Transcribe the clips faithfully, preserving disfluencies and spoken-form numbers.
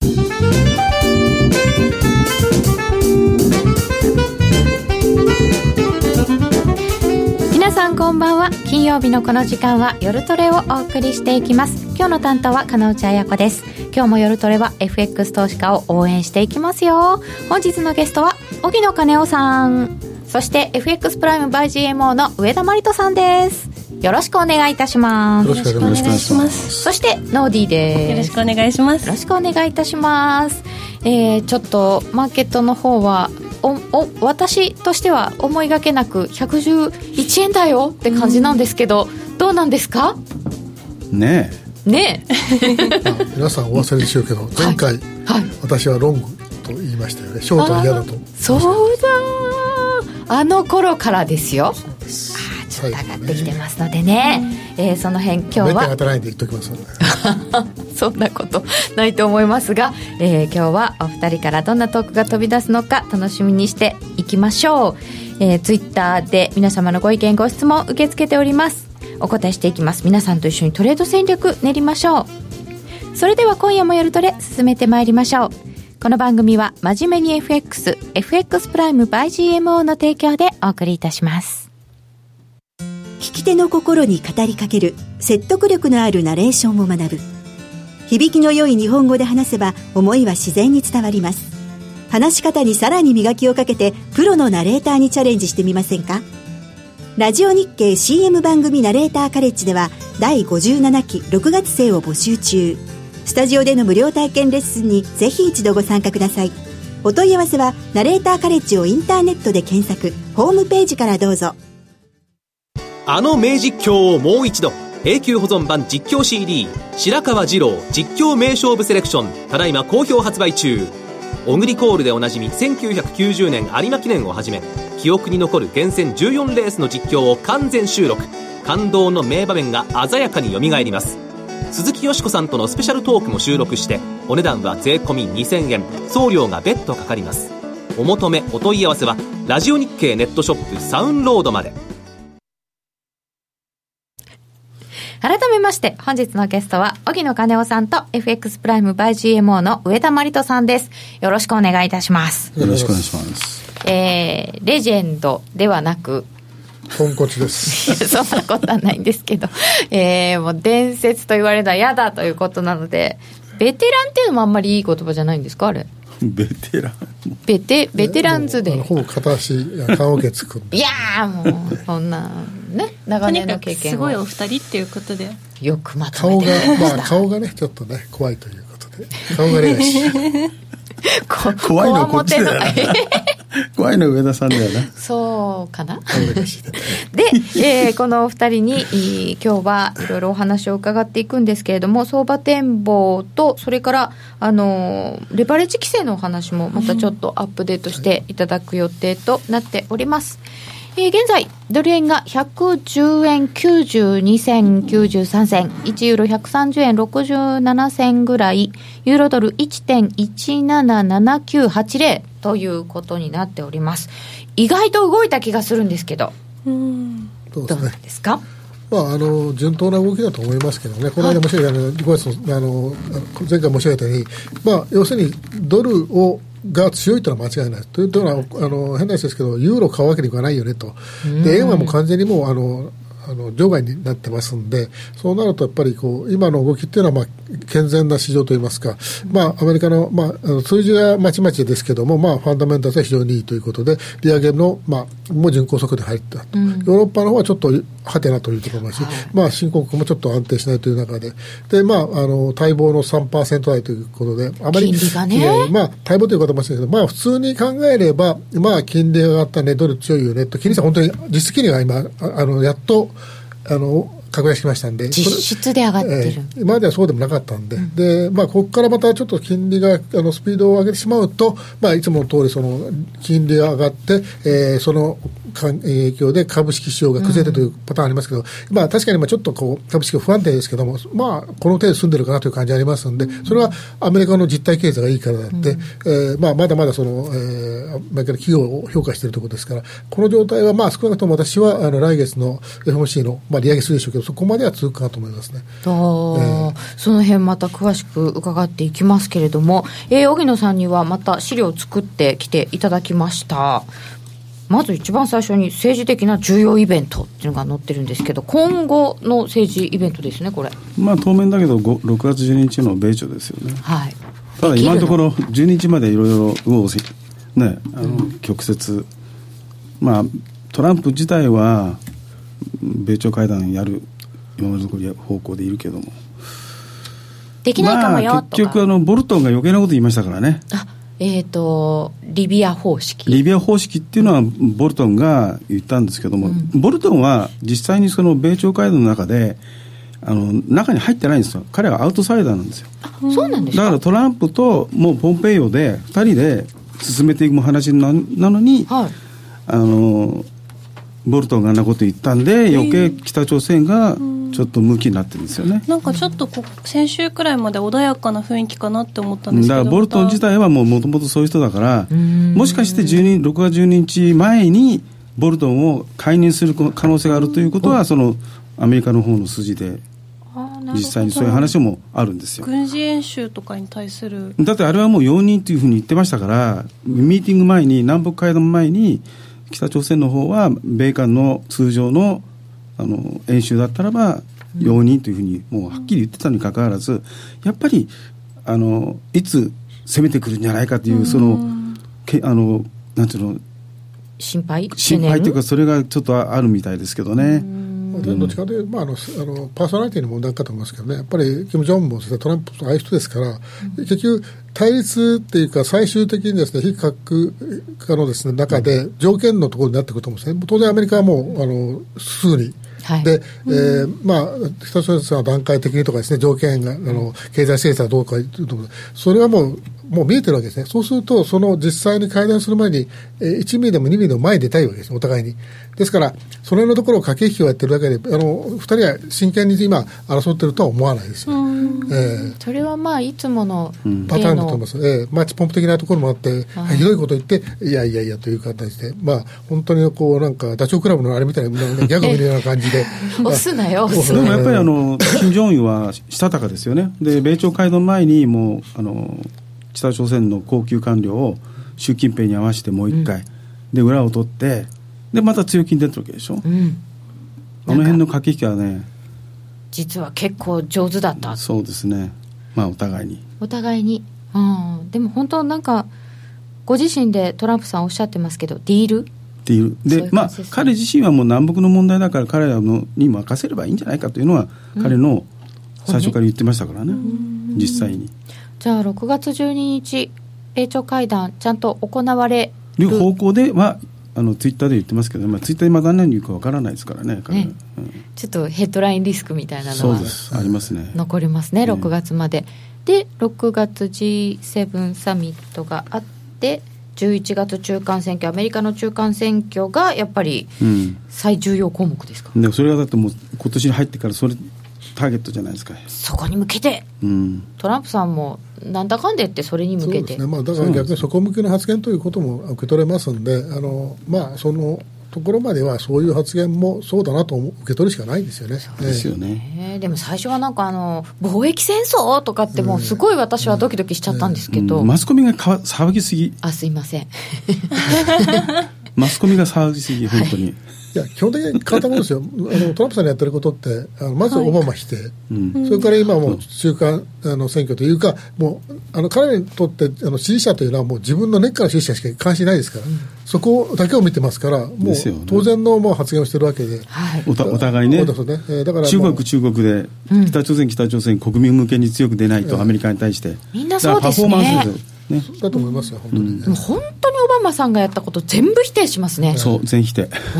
皆さんこんばんは。金曜日のこの時間は夜トレをお送りしていきます。今日の担当は金内彩子です。今日も夜トレは エフエックス 投資家を応援していきますよ。本日のゲストは荻野金夫さん、そして エフエックス プライム by ジーエムオー の上田真理人さんです。よろしくお願いいたします。 よろしくお願いします。 そしてノーディーです。 よろしくお願いします。 よろしくお願いいたします。えー、ちょっとマーケットの方はおお私としては思いがけなくひゃくじゅういちえんだよって感じなんですけど、うん、どうなんですかねえねえあ皆さんお忘れでしょうけど前回、はいはい、私はロングと言いましたよね。ショートは嫌だと。 そうだ、あの頃からですよ。そうです。あちょっと上がってきてますのでね、うん、えー、その辺今日は絶対当たらないで言っときますのでそんなことないと思いますが、えー、今日はお二人からどんなトークが飛び出すのか楽しみにしていきましょう。えー、ツイッターで皆様のご意見ご質問受け付けております。お答えしていきます。皆さんと一緒にトレード戦略練りましょう。それでは今夜も夜トレ進めてまいりましょう。この番組は真面目に エフエックス エフエックス プライム by ジーエムオー の提供でお送りいたします。 聞き手の心に語りかける説得力のあるナレーションを学ぶ。響きの良い日本語で話せば思いは自然に伝わります。話し方にさらに磨きをかけてプロのナレーターにチャレンジしてみませんか。ラジオ日経 シーエム 番組ナレーターカレッジではだいごじゅうななきろくがつ生を募集中。スタジオでの無料体験レッスンにぜひ一度ご参加ください。お問い合わせはナレーターカレッジをインターネットで検索、ホームページからどうぞ。 あの名実況をもう一度、永久保存版実況 シーディー 白川二郎実況名勝負セレクション、ただいま好評発売中。オグリコールでおなじみせんきゅうひゃくきゅうじゅうねん有馬記念をはじめ、記憶に残る厳選じゅうよんレースの実況を完全収録。感動の名場面が鮮やかによみがえります。鈴木よしこさんとのスペシャルトークも収録して、お値段は税込みにせんえん、送料が別途かかります。お求めお問い合わせはラジオ日経ネットショップサウンロードまで。 改めまして本日のゲストは荻野金夫さんと エフエックス プライム by ジーエムオー の上田真理人さんです。よろしくお願いいたします。 よろしくお願いします。 えー、レジェンドではなくポンコツですそんなことはないんですけど、えー、もう伝説と言われたら嫌だということなので、ベテランっていうのもあんまりいい言葉じゃないんですか。あれベテランベテベテランズでほぼ片足顔毛つくんでいやーもうそんなね長年の経験をすごいお二人っていうことでよくまとめて顔が、まあ、顔がねちょっとね怖いということで顔がね怖いのはこっちだよな怖いの上田さんだよな。 そうかなで、えー、このお二人に今日はいろいろお話を伺っていくんですけれども、相場展望とそれからあのレバレッジ規制のお話もまたちょっとアップデートしていただく予定となっております。えー、現在ドル円がひゃくじゅうえんきゅうじゅうにせんきゅうじゅうさんせん、いちユーロひゃくさんじゅうえんろくじゅうななせんぐらい、ユーロドル いちてんいちななななきゅうはちゼロ ということになっております。意外と動いた気がするんですけど、うーんどうなんですか。 まあ、あの順当な動きだと思いますけどね。この間申し上げた、はい、ごがつのあの前回申し上げたように、まあ、要するにドルをが強いというのは間違いない。というのはあの変な話ですけど、ユーロ買うわけにいかないよねと。で円はもう完全にもうあのあの場外になってますんで、そうなるとやっぱりこう今の動きっていうのはまあ健全な市場といいますか、まあアメリカのまああの数字はまちまちですけども、まあファンダメンタルは非常にいいということで、利上げのまあもう巡航速で入ったと、うん、ヨーロッパの方はちょっとハテナというところもあるし、はい、まあ新興国もちょっと安定しないという中で、でまああの待望の さんパーセント 台ということで、あまり金利がね、 まあ待望ということもあるんですけど、まあ普通に考えればまあ金利が上がったね、ドル強いよねと、金利差本当に実金利が今あのやっとあの拡大してきましたんで、 実質で上がってる、えー、今まではそうでもなかったんで、うん、でまあ、ここからまたちょっと金利があのスピードを上げてしまうと、まあ、いつもの通りその金利が上がって、えー、その影響で株式市場が崩れてというパターンありますけど、うんまあ、確かにまあちょっとこう株式が不安定ですけども、まあ、この程度済んでるかなという感じありますので、それはアメリカの実体経済がいいからであって、うんえーまあ、まだまだその、えー、アメリカの企業を評価しているところですから、この状態はまあ少なくとも私はあの来月の エフオーエムシー の、まあ、利上げするでしょうけど、そこまでは続くかなと思いますね。 あ、えー、その辺また詳しく伺っていきますけれども、えー、荻野さんにはまた資料を作ってきていただきました。まず一番最初に政治的な重要イベントっていうのが載ってるんですけど、今後の政治イベントですね、これ。 まあ当面だけどろくがつじゅうににちの米朝ですよね。 はい。 ただ今のところじゅうににちまでいろいろ右往ね、あの、うん、曲折、まあトランプ自体は米朝会談やる今までのところ方向でいるけども、 できないかもよとか、 まあ、結局あのボルトンが余計なこと言いましたからね。 あえー、とリビア方式リビア方式っていうのはボルトンが言ったんですけども、うん、ボルトンは実際にその米朝会談の中であの中に入ってないんですよ。彼はアウトサイダーなんですよ。 そうなんですか。 だからトランプともうポンペイオでふたりで進めていく話 な, なのに、はい、あのボルトンがあんなこと言ったんで余計北朝鮮がちょっと向きになってるんですよね。 なんかちょっとこ先週くらいまで穏やかな雰囲気かなって思ったんですけど、 だからボルトン自体はもともとそういう人だから、もしかしてじゅうにろくがつじゅうににちまえにボルトンを解任する可能性があるということは、そのアメリカの方の筋で実際にそういう話もあるんですよ。 軍事演習とかに対する、 だってあれはもう容認というふうに言ってましたから、ミーティング前に南北会談前に北朝鮮の方は米韓の通常のあの演習だったらば容認というふうにもうはっきり言ってたにもかかわらず、やっぱりあのいつ攻めてくるんじゃないかという、そのけあのなんていうの心配心配というか、それがちょっとあるみたいですけどね。 どっちかというと、まあ、あのあのパーソナリティの問題かと思いますけどね、やっぱりキム・ジョンもトランプとああいう人ですから、うん、結局対立っていうか最終的にですね非核化のですね中で条件のところになってくると思うんですね。当然アメリカはもうあのすぐにはい、で、えーまあ、北朝鮮は段階的にとかですね、条件があの経済制裁はどうかというところ、それはもうもう見えてるわけですね。そうするとその実際に会談する前に、えー、いちミリでもにミリでも前に出たいわけです、お互いに。ですからその辺のところを駆け引きをやってるだけで、あのふたりは真剣に今争ってるとは思わないですよ、えー、 それはまあいつものパターンだと思います、えー、マッチポンプ的なところもあって、はい、ひどいこと言っていやいやいやという形で、まあ、本当にこうなんかダチョウ倶楽部のあれみたいなギャグみたいな感じで押すなよ。 でもやっぱりあの金正恩はしたたかですよね。で米朝会談前にもうあの北朝鮮の高級官僚を習近平に合わせてもう一回、うん、で裏を取ってでまた強気に出てるわけでしょ、うん、あの辺の駆け引きはね実は結構上手だった。 そうですね、まあお互いにお互いに、うん、でも本当なんかご自身でトランプさんおっしゃってますけどディールっていうで、まあ彼自身はもう南北の問題だから彼らのに任せればいいんじゃないかというのは、うん、彼の最初から言ってましたからね、実際に。 じゃあろくがつじゅうににち米朝会談ちゃんと行われる方向ではあのツイッターで言ってますけど、まあ、ツイッターでまだ何言うかわからないですからね、彼ね、 うん、ちょっとヘッドラインリスクみたいなのはそうですありますね、 残りますねろくがつまで、でろくがつ ジーセブン サミットがあってじゅういちがつ中間選挙、アメリカの中間選挙がやっぱり最重要項目ですか、 うん、でそれはだってもう今年に入ってからそれターゲットじゃないですか。 そこに向けて、うん、トランプさんもなんだかんでってそれに向けて、そうですね、 まあ、だから逆にそこ向けの発言ということも受け取れますんで、あの、まあ、そのところまではそういう発言もそうだなと受け取るしかないんですよね。 そうですよね、 えー、でも最初はなんかあの貿易戦争とかってもうすごい私はドキドキしちゃったんですけど、 うんうん、マスコミがか騒ぎすぎ。 あ、すいませんマスコミが騒ぎすぎ、本当に、はい、 いや基本的に変わったものですよあのトランプさんのやってることってあのまずオバマ否定、はい、それから今もう中間あの選挙というか、もうあの彼にとってあの支持者というのはもう自分の根っから支持者しか関心ないですから、うん、そこだけを見てますから、もう当然のもう発言をしてるわけで、 はい、お, お互いね、だから中国中国で、うん、北朝鮮北朝鮮国民向けに強く出ないと、えー、アメリカに対してみんなそうですね、パフォーマンスですよね、だと思いますよ、本当に、うん、 でも本当にオバマさんがやったこと全部否定しますね。 そう、全否定、 うん、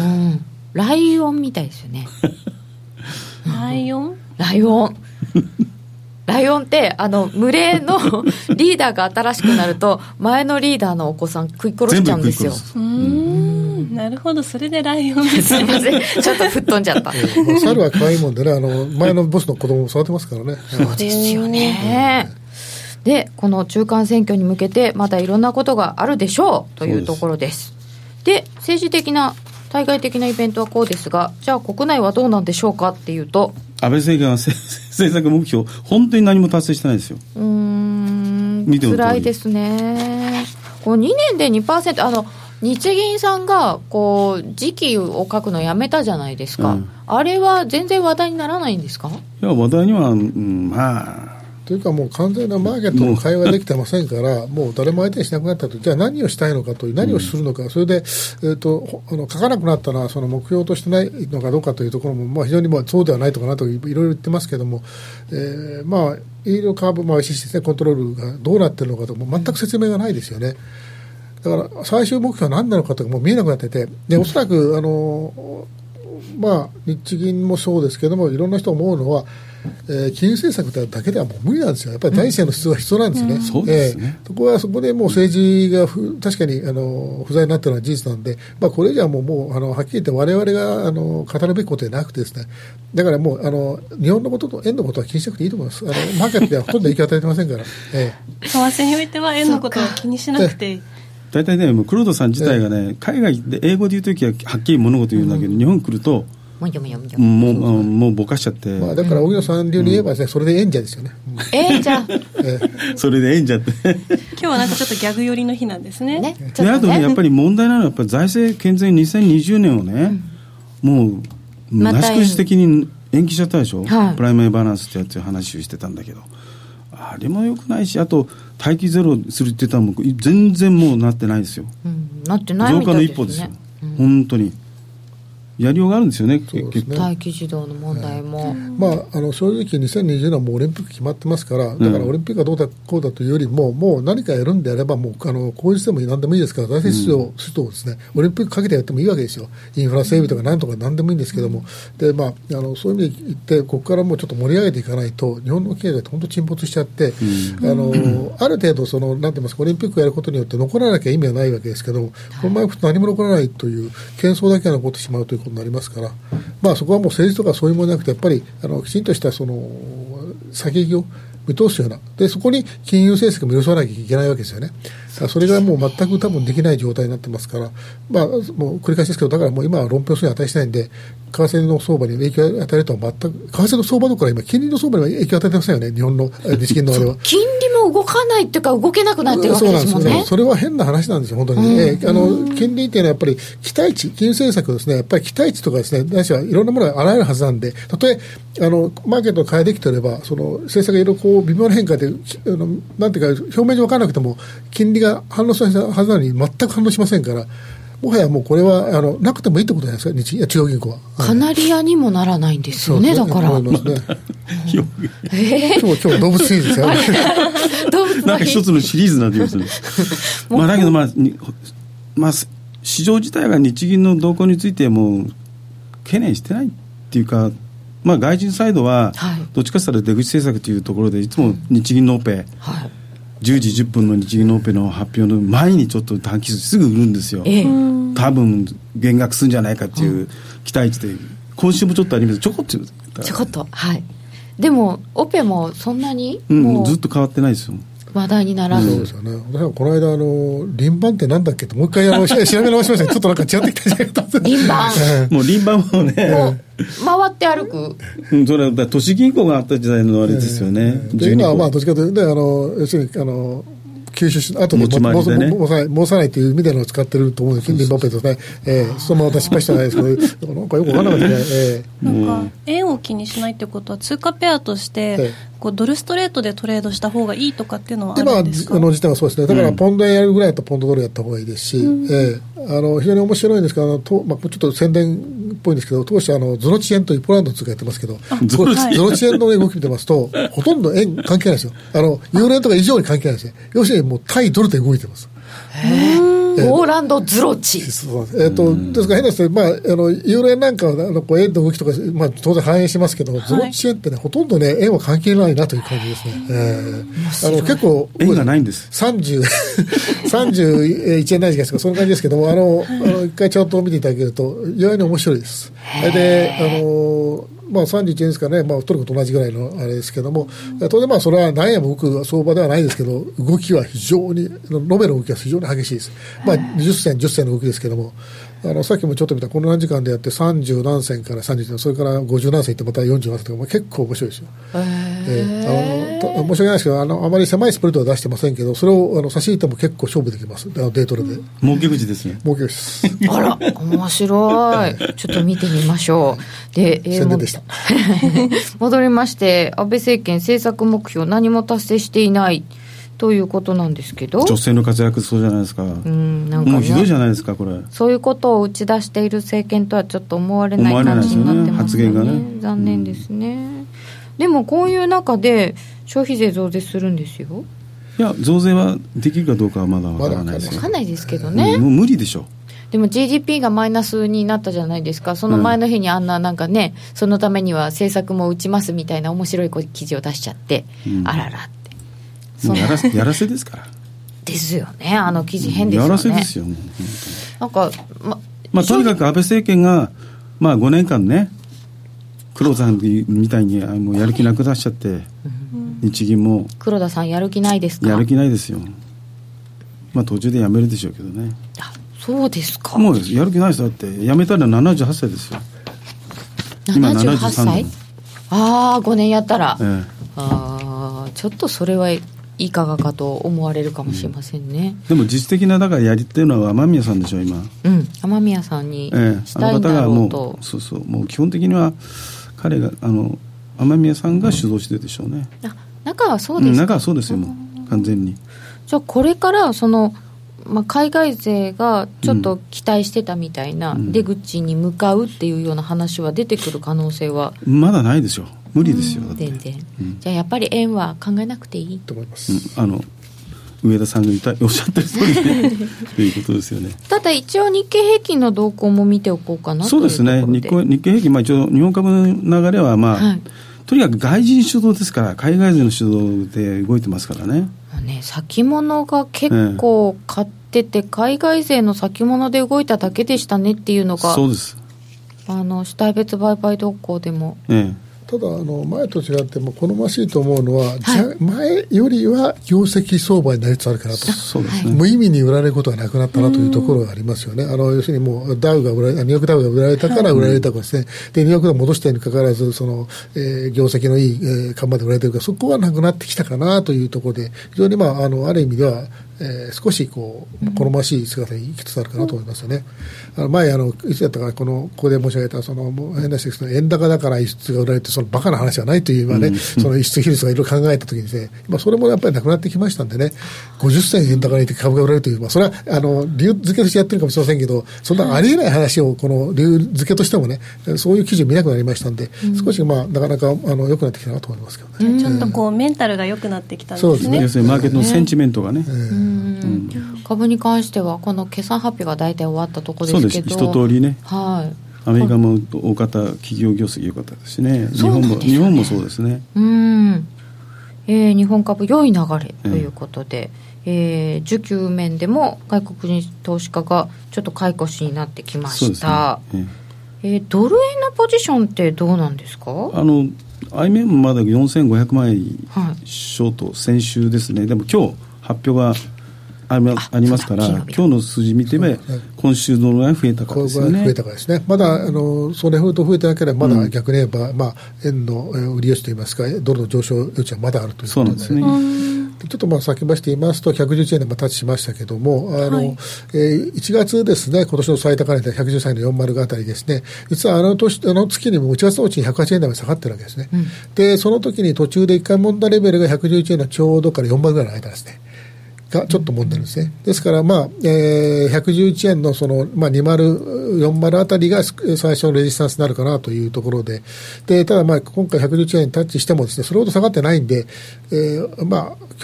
ライオンみたいですよねライオンライオンライオンってあの群れのリーダーが新しくなると前のリーダーのお子さん食い殺しちゃうんですよ。うーんなるほど、それでライオンですすいません、ちょっと吹っ飛んじゃった。 まあ、猿は可愛いもんでね、あの前のボスの子供を育てますからね。 そうですよね。で、この中間選挙に向けてまだいろんなことがあるでしょうというところです。で、政治的な対外的なイベントはこうですが、じゃあ国内はどうなんでしょうかっていうと、 安倍政権は政策目標本当に何も達成してないですよ。 うーん、辛いですね。こうにねんで にパーセント、あの日銀さんがこう時期を書くのやめたじゃないですか、うん、あれは全然話題にならないんですか？ いや話題には、うん、まあというかもう完全なマーケットの会話できてませんからもう誰も相手にしなくなったと。じゃあ何をしたいのかという何をするのか、うん、それで、えー、とあの書かなくなったのはその目標としてないのかどうかというところも、まあ、非常にまあそうではないとかなといろいろ言ってますけども、えー、まあイールドカーブ、まあ、システムコントロールがどうなっているのかとも全く説明がないですよね。だから最終目標は何なのかとかもう見えなくなってて、でおそらくあの、まあ、日銀もそうですけどもいろんな人思うのは、えー、金融政策だけではもう無理なんですよ。やっぱり財政の質が必要なんですね、うんそうですね、えー、そこはそこでもう政治がふ確かにあの不在になっているのは事実なんで、まあ、これ以上はもう、もうあのはっきり言って我々があの語るべきことではなくてですね、だからもうあの日本のことと円のことは気にしなくていいと思います。あのマーケットではほとんど影響を与えてませんから、えー、為替においては円のことは気にしなくていい。 大体ね、もう黒田さん自体がね、えー、海外で英語で言うときははっきり物事言うんだけど、うん、日本来るともうもうもうぼかしちゃって、 まあ、だから荻野さん流に言えばですね、うん、それで演者ですよね。 演者、 ええ、それで演者って今日はなんかちょっとギャグ寄りの日なんですね。ね、 であとねやっぱり問題なのはやっぱり財政健全にせんにじゅうねんをね、うん、もうなし崩し的に延期しちゃったでしょ、はい、プライマリーバランスってやつ話をしてたんだけど、あれも良くないし、あと待機ゼロするって言ったらもう全然もうなってないですよ、 うん、なってないみたいですね。増加の一歩ですよ、 うん、本当にやりようがあるんですよね。 そうですね、 待機児童の問題も、 はい、まあ、あの正直にせんにじゅうねんはもうオリンピック決まってますから、だからオリンピックがどうだこうだというよりも、もう何かやるんであればもうあの口実でも何でもいいですから、財政出動するとですね、うん、オリンピックかけてやってもいいわけですよ。インフラ整備とか何とか何でもいいんですけども、で、まあ、あのそういう意味で言ってここからもうちょっと盛り上げていかないと日本の経済って本当沈没しちゃって、うん、あのある程度そのなんて言いますか、オリンピックをやることによって残らなきゃ意味はないわけですけど、このままいくと何も残らないという喧騒だけが残ってしまうということになりますから、まあ、そこはもう政治とかそういうものじゃなくてやっぱりあのきちんとしたその先行きを見通すようなで、そこに金融政策も許さなきゃいけないわけですよね。それがもう全く多分できない状態になってますから、まあ、もう繰り返しですけど、だからもう今は論評するに値しないんで、為替の相場に影響を与えるとは全く、為替の相場どころか今金利の相場には影響を与えてませんよね、日本の日銀のあれは。 金利も動かないっていうか動けなくなってるわけですもんね。そうなんです。それは変な話なんですよ本当に、うんえー、あの金利っていうのはやっぱり期待値、金融政策ですね、やっぱり期待値とかですね、ないしはいろんなものがあらゆるはずなんで、たとえあのマーケットを変えてきていれば、その政策がいろいろこう微妙な変化で、あのなんていうか表面上分からなくても金利が反応するはずなのに全く反応しませんから、もはやもうこれはあのなくてもいいってことじゃないですか、日中央銀行は。 カナリアにもならないんですよね、だから。思いますね。 えー、今日今日動物シリーズですよ。 動物なんか一つのシリーズなんですよ。まあだけどまあまあ市場自体が日銀の動向についてもう懸念してないっていうか。まあ、外人サイドはどっちかというと出口政策というところでいつも日銀のオペ、はい、じゅうじじゅっぷんの日銀のオペの発表の前にちょっと短期すぐ売るんですよ、ええ、多分減額するんじゃないかっていう期待値で、今週もちょっとありますちょこっとちょこっと、はい、でもオペもそんなに、 うん、もうずっと変わってないですよ、 話題にならず、 そうですよね。私はこの間あの輪番ってなんだっけともう一回あの調べ直しましたけどちょっとなんか違ってきたじゃないかと。 輪番もう輪番もねもう回って歩く、 うん、それは都市銀行があった時代のあれですよね、 えー、で今はまあどっちかというと、ね、あの要するにあの吸収し後で持ち回りでね、 申さない申さないという意味でのを使ってると思うんです。リンバッペとね、えー、そのまま私失敗してないですけどなんかよく分からなかったね、えー、なんか円を気にしないってことは通貨ペアとして、えーこうドルストレートでトレードした方がいいとかっていうのはあるんですか？ 今の時点はそうですね。だからポンド円やるぐらいだったらポンドドルやった方がいいですし、うんえー、あの非常に面白いんですけど、あのと、まあ、ちょっと宣伝っぽいんですけど、当初あのゾロチ円というポーランドの通貨やってますけど、ゾロチ円の動き見てますとほとんど円関係ないですよ。あのユーロ円とか以上に関係ないですね。要するにもう対ドルで動いてます。 へーーオーランドズロチ。 そうえー、とですから変な話で、まあ、あのユーロ円なんかはあのこう円の動きとか、まあ、当然反映しますけど、はい、ズロチ円ってねほとんどね円は関係ないなという感じですね。えー、あの結構円がないんです。 さんじゅう、さんじゅういちえんないですか、そんな感じですけども、あの、あの一回チャートを見ていただけると意外に面白いです。で、あのまあ、さんじゅういちえんですからね、まあ、トルコと同じぐらいのあれですけども、当然まあそれは何円も動く相場ではないですけど、動きは非常に、延べの動きは非常に激しいです。まあ、じゅっ銭、じゅっ銭の動きですけども、あのさっきもちょっと見たこの何時間でやってさんじゅう何銭からさんじゅう、それからごじゅう何銭いってまたよんじゅう何銭とか、まあ、結構面白いですよ。えー、あの申し訳ないですけど、あのあまり狭いスプレッドは出してませんけど、それをあの差し引いても結構勝負できます。あのデートレで儲け口ですね。 儲け口ですあら面白い。ちょっと見てみましょう。で、 えー、宣伝でした戻りまして、安倍政権政策目標何も達成していないということなんですけど、 女性の活躍そうじゃないですか。 うんなんか、ね、 もうひどいじゃないですかこれ。 そういうことを打ち出している政権とはちょっと思われない感じになってますよね。 発言がね残念ですね、うん、でもこういう中で消費税増税するんですよ。 いや増税はできるかどうかはまだわからないですよ。 わかんないですけどね、 うん、もう無理でしょ。 でも ジーディーピー がマイナスになったじゃないですか。その前の日にあんななんかね、うん、そのためには政策も打ちますみたいな面白い記事を出しちゃって、うん、あららってもうやらせやらせですからですよね。あの記事変ですよね。 やらせですよ。 なんか、ままあ、とにかく安倍政権が、まあ、ごねんかんね黒田さんみたいにもうやる気なくなっちゃって、うん、日銀も黒田さんやる気ないですか。 やる気ないですよ。まあ途中でやめるでしょうけどね。 あそうですか。 もうやる気ないです。だってやめたらななじゅうはっさいですよ。 今ななじゅうはっさい。ああごねんやったら、ええ、あちょっとそれはいかがかと思われるかもしれませんね、 うん、でも実質的なだからやりっていうのは雨宮さんでしょ今。 うん雨宮さんにしたいんだろうと、ええ、あの方がもうそうそうもう基本的には彼があの雨宮さんが主導してるでしょうね、 うん、あ中はそうですか、うん、 中はそうですよもう完全に。 じゃあこれからそのまあ、海外勢がちょっと期待してたみたいな出口に向かうっていうような話は出てくる可能性はまだないですよ。無理ですよ、だって全然、うん、じゃあやっぱり円は考えなくていいと思います、 うん、あの上田さんが言ったおっしゃってる通りねということですよね。 ただ一応日経平均の動向も見ておこうかなというところで。 そうですね。日経、日経平均、まあ、一応日本株の流れは、まあはい、とにかく外人主導ですから海外勢の主導で動いてますからね。 ね先物が結構買ってて、ええ、海外勢の先物で動いただけでしたねっていうのがそうです。 あの主体別売買動向でも、 ええただあの前と違っても好ましいと思うのは、はい、じゃ前よりは業績相場になりつつあるかなと。 そうですね、 無意味に売られることがなくなったなというところがありますよね。あの要するにもうダウが売られニューヨークダウが売られたから売られたかですね、はい、でニューヨークダウ戻したにもかかわらずその、えー、業績のいい、えー、株まで売られてるからそこはなくなってきたかなというところで非常に、まあ、あのある意味ではえー、少しこう好ましい姿に行きつつあるかなと思いますよね。あの前あのいつやったかこのここで申し上げたそのもう変な話ですけど円高だから輸出が売られてそのバカな話はないという今ね、うん、その輸出比率がいろいろ考えたときにですね、まあ、それもやっぱりなくなってきましたんでねごじゅっ銭円高にいて株が売られるという、まあ、それはあの理由付けとしてやってるかもしれませんけどそんなありえない話をこの理由付けとしてもねそういう記事を見なくなりましたんで、うん、少しまあなかなかあの良くなってきたなと思いますけどね、 うん、ちょっとこうメンタルが良くなってきたんですね。そうですね。 要するにマーケットのセンチメントがね、 えーうん株に関してはこの決算発表が大体終わったところですけどそうです一通りね、 はい、 アメリカも大方企業業績良かったですしね、日本も、日本もそうですね。 うん、えー、日本株良い流れということで、えーえー、需給面でも外国人投資家がちょっと買い越しになってきました、ねえーえー、ドル円のポジションってどうなんですか。 あの アイエムエム まだよんせんごひゃくまんえんショート先週ですね。でも今日発表がありますから今日の数字見ても、ね、今週どのぐらい増えたかですよね。 増えたかですね。まだあのそれほど増えてなければまだ逆に言えば、うんまあ、円の売り余地といいますかドルの上昇余地はまだあるということで、 そうなんですね。 ちょっとまあ先走って言いますとひゃくじゅういちえんでまあタッチしましたけどもあの、はいえー、いちがつですね今年の最高値でひゃくじゅうさんえんのよんじゅうあたりですね実はあの年あの月にもいちがつのうちにひゃくはちえん台まで下がってるわけですね、うん、でその時に途中でいっかい揉んだレベルがひゃくじゅういちえんのちょうどからよんばいぐらいの間ですねがちょっと揉んでるんですね。ですから、まあえー、ひゃくじゅういちえんの、その、まあ、にじゅう、よんじゅうあたりが最初のレジスタンスになるかなというところで、でただ、まあ、今回ひゃくじゅういちえんタッチしてもですねそれほど下がってないんで、えーまあ、今日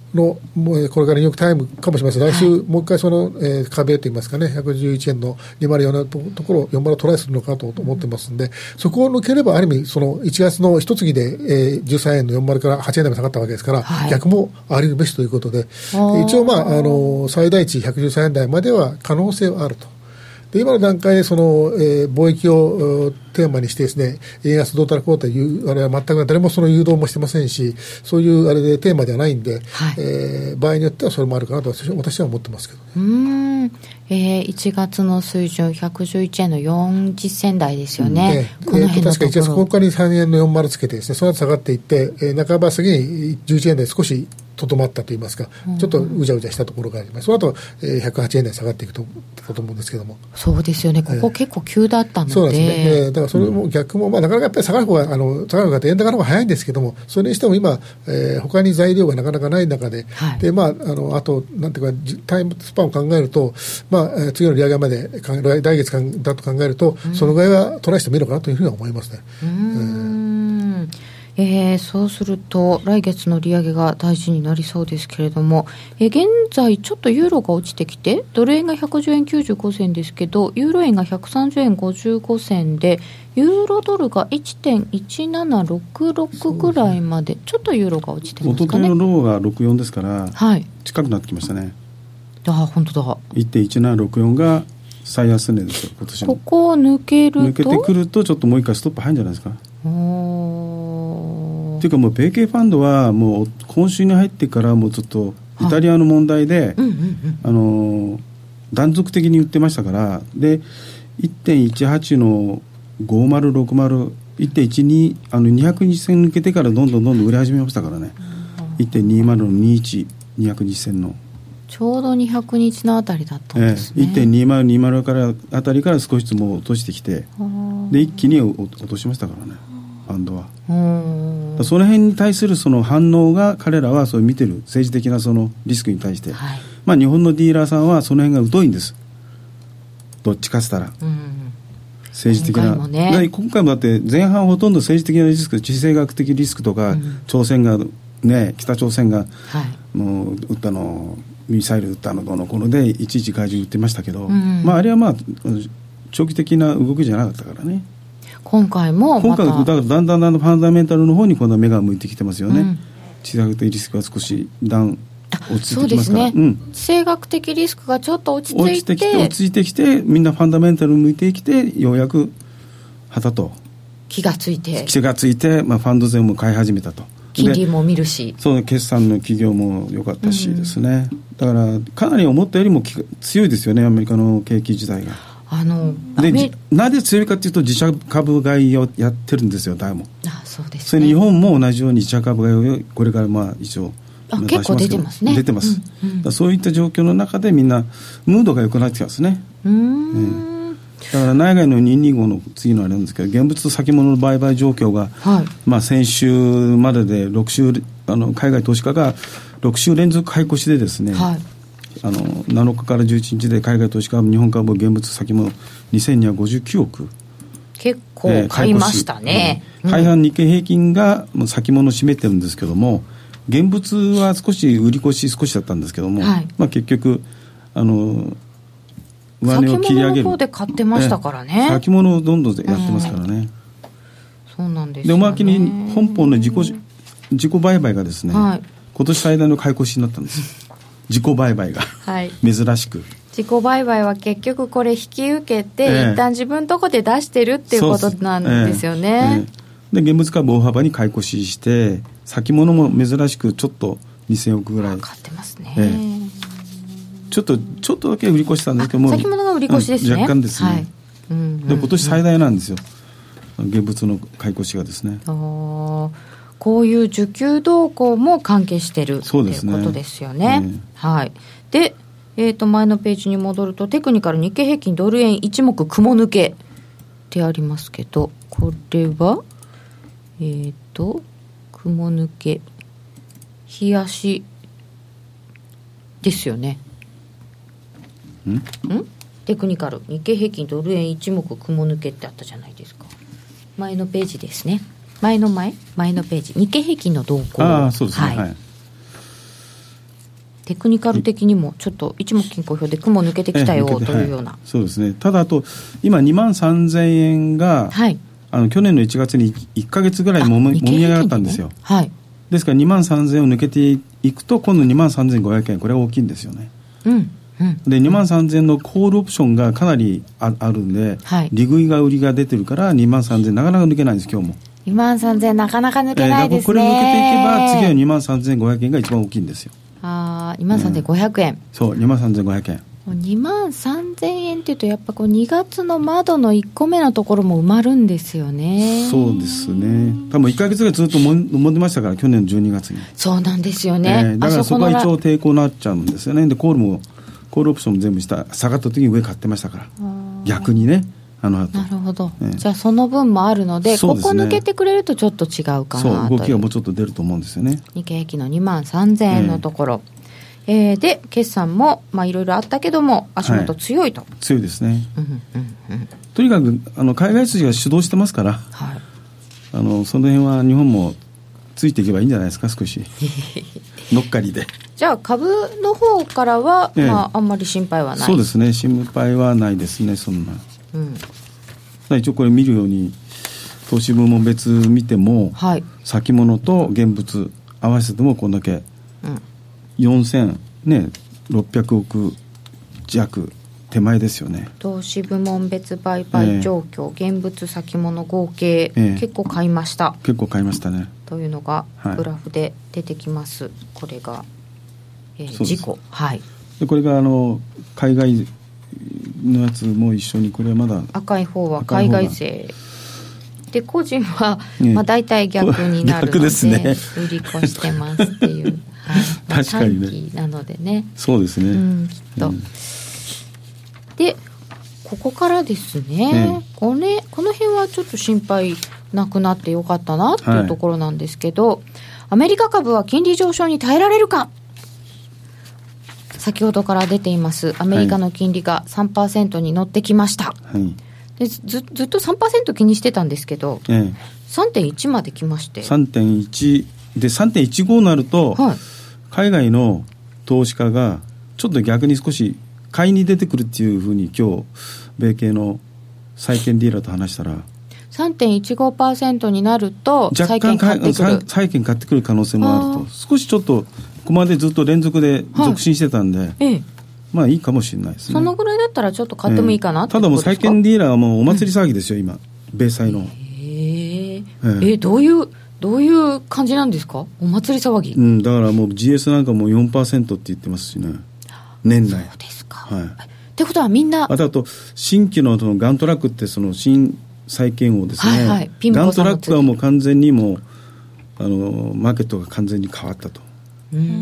のもうこれからニューヨークタイムかもしれません。来週、はい、もう一回その、えー、壁といいますかね、ひゃくじゅういちえんのにまるよんのところをよんじゅうトライするのかと思ってますんで、うん、そこを抜ければある意味そのいちがつの一月で、えー、じゅうさんえんのよんじゅうからはちえん台まで下がったわけですから、はい、逆もあり得るべしということで、一応、まあ、あの最大値ひゃくじゅうさんえん台までは可能性はあると。で今の段階でその、えー、貿易をテーマにしてですね、円安どうたらこうたらいうあれは全く誰もその誘導もしてませんし、そういうあれでテーマではないんで、はい、えー、場合によってはそれもあるかなと私は、私は思ってますけどね。 うーん、えー、いちがつの水準ひゃくじゅういちえんのよんじゅっ銭台ですよね。うん、この辺のところ、えー、確かいちがつここかにさんえんのよんじゅうつけてですね、その後下がっていって、えー、半ば過ぎにじゅういちえん台少しとどまったといいますか、うん、ちょっとうじゃうじゃしたところがあります。その後、えー、ひゃくはちえん台下がっていくとと思うんですけども。 そうですよね、ここ結構急だったので、 えー、そうなんですね、えー、だからそれも逆も、まあ、なかなかやっぱり下がる方があの下がる方が円高の方が早いんですけども、それにしても今、えー、他に材料がなかなかない中で、はい、でまあ、あのあとなんていうかタイムスパンを考えると、まあ、次の利上げまで来, 来月だと考えると、うん、そのぐらいはトライしてもいいのかなというふうには思いますね。 うーん、えーえー、そうすると来月の利上げが大事になりそうですけれども、えー、現在ちょっとユーロが落ちてきてドル円がひゃくじゅうえんきゅうじゅうご銭ですけど、ユーロ円がひゃくさんじゅうえんごじゅうご銭で、ユーロドルが いってんいちななろくろく ぐらいまでちょっとユーロが落ちてますかね。 元々のローがろくじゅうよんですから、はい、近くなってきましたね。 あ、本当だ。 いってんいちななろくよん が最安値ですよ今年の。 ここを抜けると抜けてくるとちょっともう一回ストップ入るんじゃないですか。 おというかもう米系ファンドはもう今週に入ってからもうちょっとイタリアの問題で、うんうんうん、あの断続的に売ってましたから、で いってんいちはち のごまるろくまる いってんいちに あのにひゃくにち線抜けてからどんどんどんどん売り始めましたからね、うん、いってんにまる のにじゅういち にひゃくにち線のちょうどにひゃくにちのあたりだったんですね、 えー、いってんにまるにまる からあたりから少しずつもう落としてきて、で一気に落としましたからねファンドは。うん、その辺に対するその反応が彼らはそう見てる政治的なそのリスクに対して、はい、まあ、日本のディーラーさんはその辺が疎いんです。どっちかつったら、うん、政治的な今回もね、今回もだって前半ほとんど政治的なリスク、地政学的リスクとか、うん、朝鮮がね、北朝鮮が、はい、もう撃ったのミサイル撃ったのどのこのでいちいち外人撃ってましたけど、うん、まあ、あれはまあ長期的な動きじゃなかったからね。 今回もまた今回だからだんだんだんだんファンダメンタルの方に今度は目が向いてきてますよね、うん、地政学的リスクが少しダウン落ち着いてきますから。そうですね、うん、 地政学的リスクがちょっと落ち着いて落ちてきて落ち着いてきてみんなファンダメンタルに向いてきてようやく旗と気がついて気がついて、まあ、ファンド税も買い始めたと。 金利も見るし、 そう決算の企業も良かったしですね、うん、だからかなり思ったよりも強いですよねアメリカの景気自体が。 あのでなぜ強いかというと自社株買いをやってるんですよダウも。 あ、そうですね、 それ日本も同じように自社株買いをこれからまあ一応あ結構出てますね。 出てます、 うんうん、 そういった状況の中でみんなムードが良くなってきますね。 うーん、 ね、だから内外のにひゃくにじゅうごの次のあれなんですけど、現物と先物の売買状況が、はい、まあ、先週まででろく週あの海外投資家がろく週連続買い越しでですね、はい、あのなのかからじゅういちにちで海外投資家日本株現物先物にせんにひゃくごじゅうきゅうおく結構買いましたね、 えー、大半日経平均がもう先物を占めてるんですけども、現物は少し売り越し少しだったんですけども、はい、まあ、結局あの上値を切り上げる先物の方で買ってましたからね、 先物をどんどんやってますからね、うん、 そうなんですよね。 でおまけに本邦の自己自己売買がですね、はい、今年最大の買い越しになったんです自己売買が、はい、珍しく自己売買は結局これ引き受けて、えー、一旦自分のとこで出してるっていうことなんですよね、 えー、で現物株大幅に買い越しして先物も珍しくちょっとにせんおくぐらい買ってますね、 えー、ちょっとちょっとだけ売り越したんですけども先物が売り越しですね、 若干ですね、はい、うんうんうん、で今年最大なんですよ現物の買い越しがですね。 あ、こういう需給動向も関係してるということですよね、ね、はい。で、えー、と前のページに戻るとテクニカル日経平均ドル円一目雲抜けってありますけど、これはえーと雲抜け日足ですよね。 んんテクニカル日経平均ドル円一目雲抜けってあったじゃないですか。前のページですね。前の前前のページ日経平均の動向。 ああ、そうですね、はい、はい、 テクニカル的にもちょっと一目均衡表で雲抜けてきたよというような、 はい、そうですね。ただあと今にまんさんぜんえんが、はい、あの去年のいちがつにいっかげつぐらいもみ上がったんですよ、ね、はい、ですからにまんさんぜんえんを抜けていくと今度にまんさんぜんごひゃくえん、これは大きいんですよね、うんうん、でにまんさんぜんえんのコールオプションがかなり あ, あるんで、はい、利食いが売りが出てるからにまんさんぜんえんなかなか抜けないんです。今日もにまんさんぜんえんなかなか抜けないですね、えー、これ抜けていけば次はにまんさんぜんごひゃくえんが一番大きいんですよ。 あ、にまんさんぜんごひゃくえん、うん、 そう、にまんさんぜんごひゃくえん、 にまんさんぜんえんっていうとやっぱこうにがつの窓のいっこめのところも埋まるんですよね。 そうですね。多分いっかげつぐらいずっともんでましたから、去年のじゅうにがつに。 そうなんですよね、 えー、だからそこは一応抵抗になっちゃうんですよね。でコールもコールオプションも全部下下がった時に上買ってましたから、逆にね、あの後。なるほど、えー、じゃあその分もあるの で, で、ね、ここ抜けてくれるとちょっと違うかなという。 そう、動きがもうちょっと出ると思うんですよね。 日経平均のにまんさんぜんえんのところ、えーえー、で決算もまあいろいろあったけども足元強いと、はい、 強いですね、うんうんうん、とにかくあの海外筋が主導してますから、はい、あのその辺は日本もついていけばいいんじゃないですか。少し乗っかりで。 じゃあ株の方からは、ええ、まあ、あんまり心配はない。 そうですね、心配はないですね、そんな、うん、一応これ見るように投資部門別見ても、はい、先物と現物合わせてもこんだけ、うん、よんせんろっぴゃくおく弱手前ですよね。 投資部門別売買状況、えー、現物先物合計、えー、結構買いました。 結構買いましたねというのがグラフで出てきます、はい、これが、えー、事故、はい、 でこれがあの海外のやつも一緒に、これはまだ赤い方は海外勢で、個人は、ね、まあ、大体逆になるので、ですね、売り越してますっていう、はい、まあ、 確かにね、 短期なのでね。 そうですね、 うん、きっと、うん、でここからですね、ね、この、この辺はちょっと心配なくなってよかったなっていうところなんですけど、はい、アメリカ株は金利上昇に耐えられるか。先ほどから出ていますアメリカの金利が さんパーセント に乗ってきました、はい、で ず, ずっと さんパーセント 気にしてたんですけど、ええ、さんてんいち まで来ましてさんてんいち で さんてんいちご になると、はい、海外の投資家がちょっと逆に少し買いに出てくるっていうふうに今日米系の債券ディーラーと話したらさんてんいちごパーセント になると債券買ってくる債券買ってくる可能性もあると。少しちょっとここまでずっと連続で続伸してたんで、はい、ええ、まあいいかもしれないですね。 そのぐらいだったらちょっと買ってもいいかな、ええ、 ただもう債券ディーラーはもうお祭り騒ぎですよ、うん、今米債の、 えーええ、どういうどういう感じなんですか、お祭り騒ぎ、 うん、だからもう ジーエス なんかも よんパーセント って言ってますしね、年内。 そうですか、はい、ってことはみんなあとあと新規 の, そのガントラックってその新債券をですね、はいはい、ピンポンガントラックはもう完全にもうあのマーケットが完全に変わったと。うーん、うん、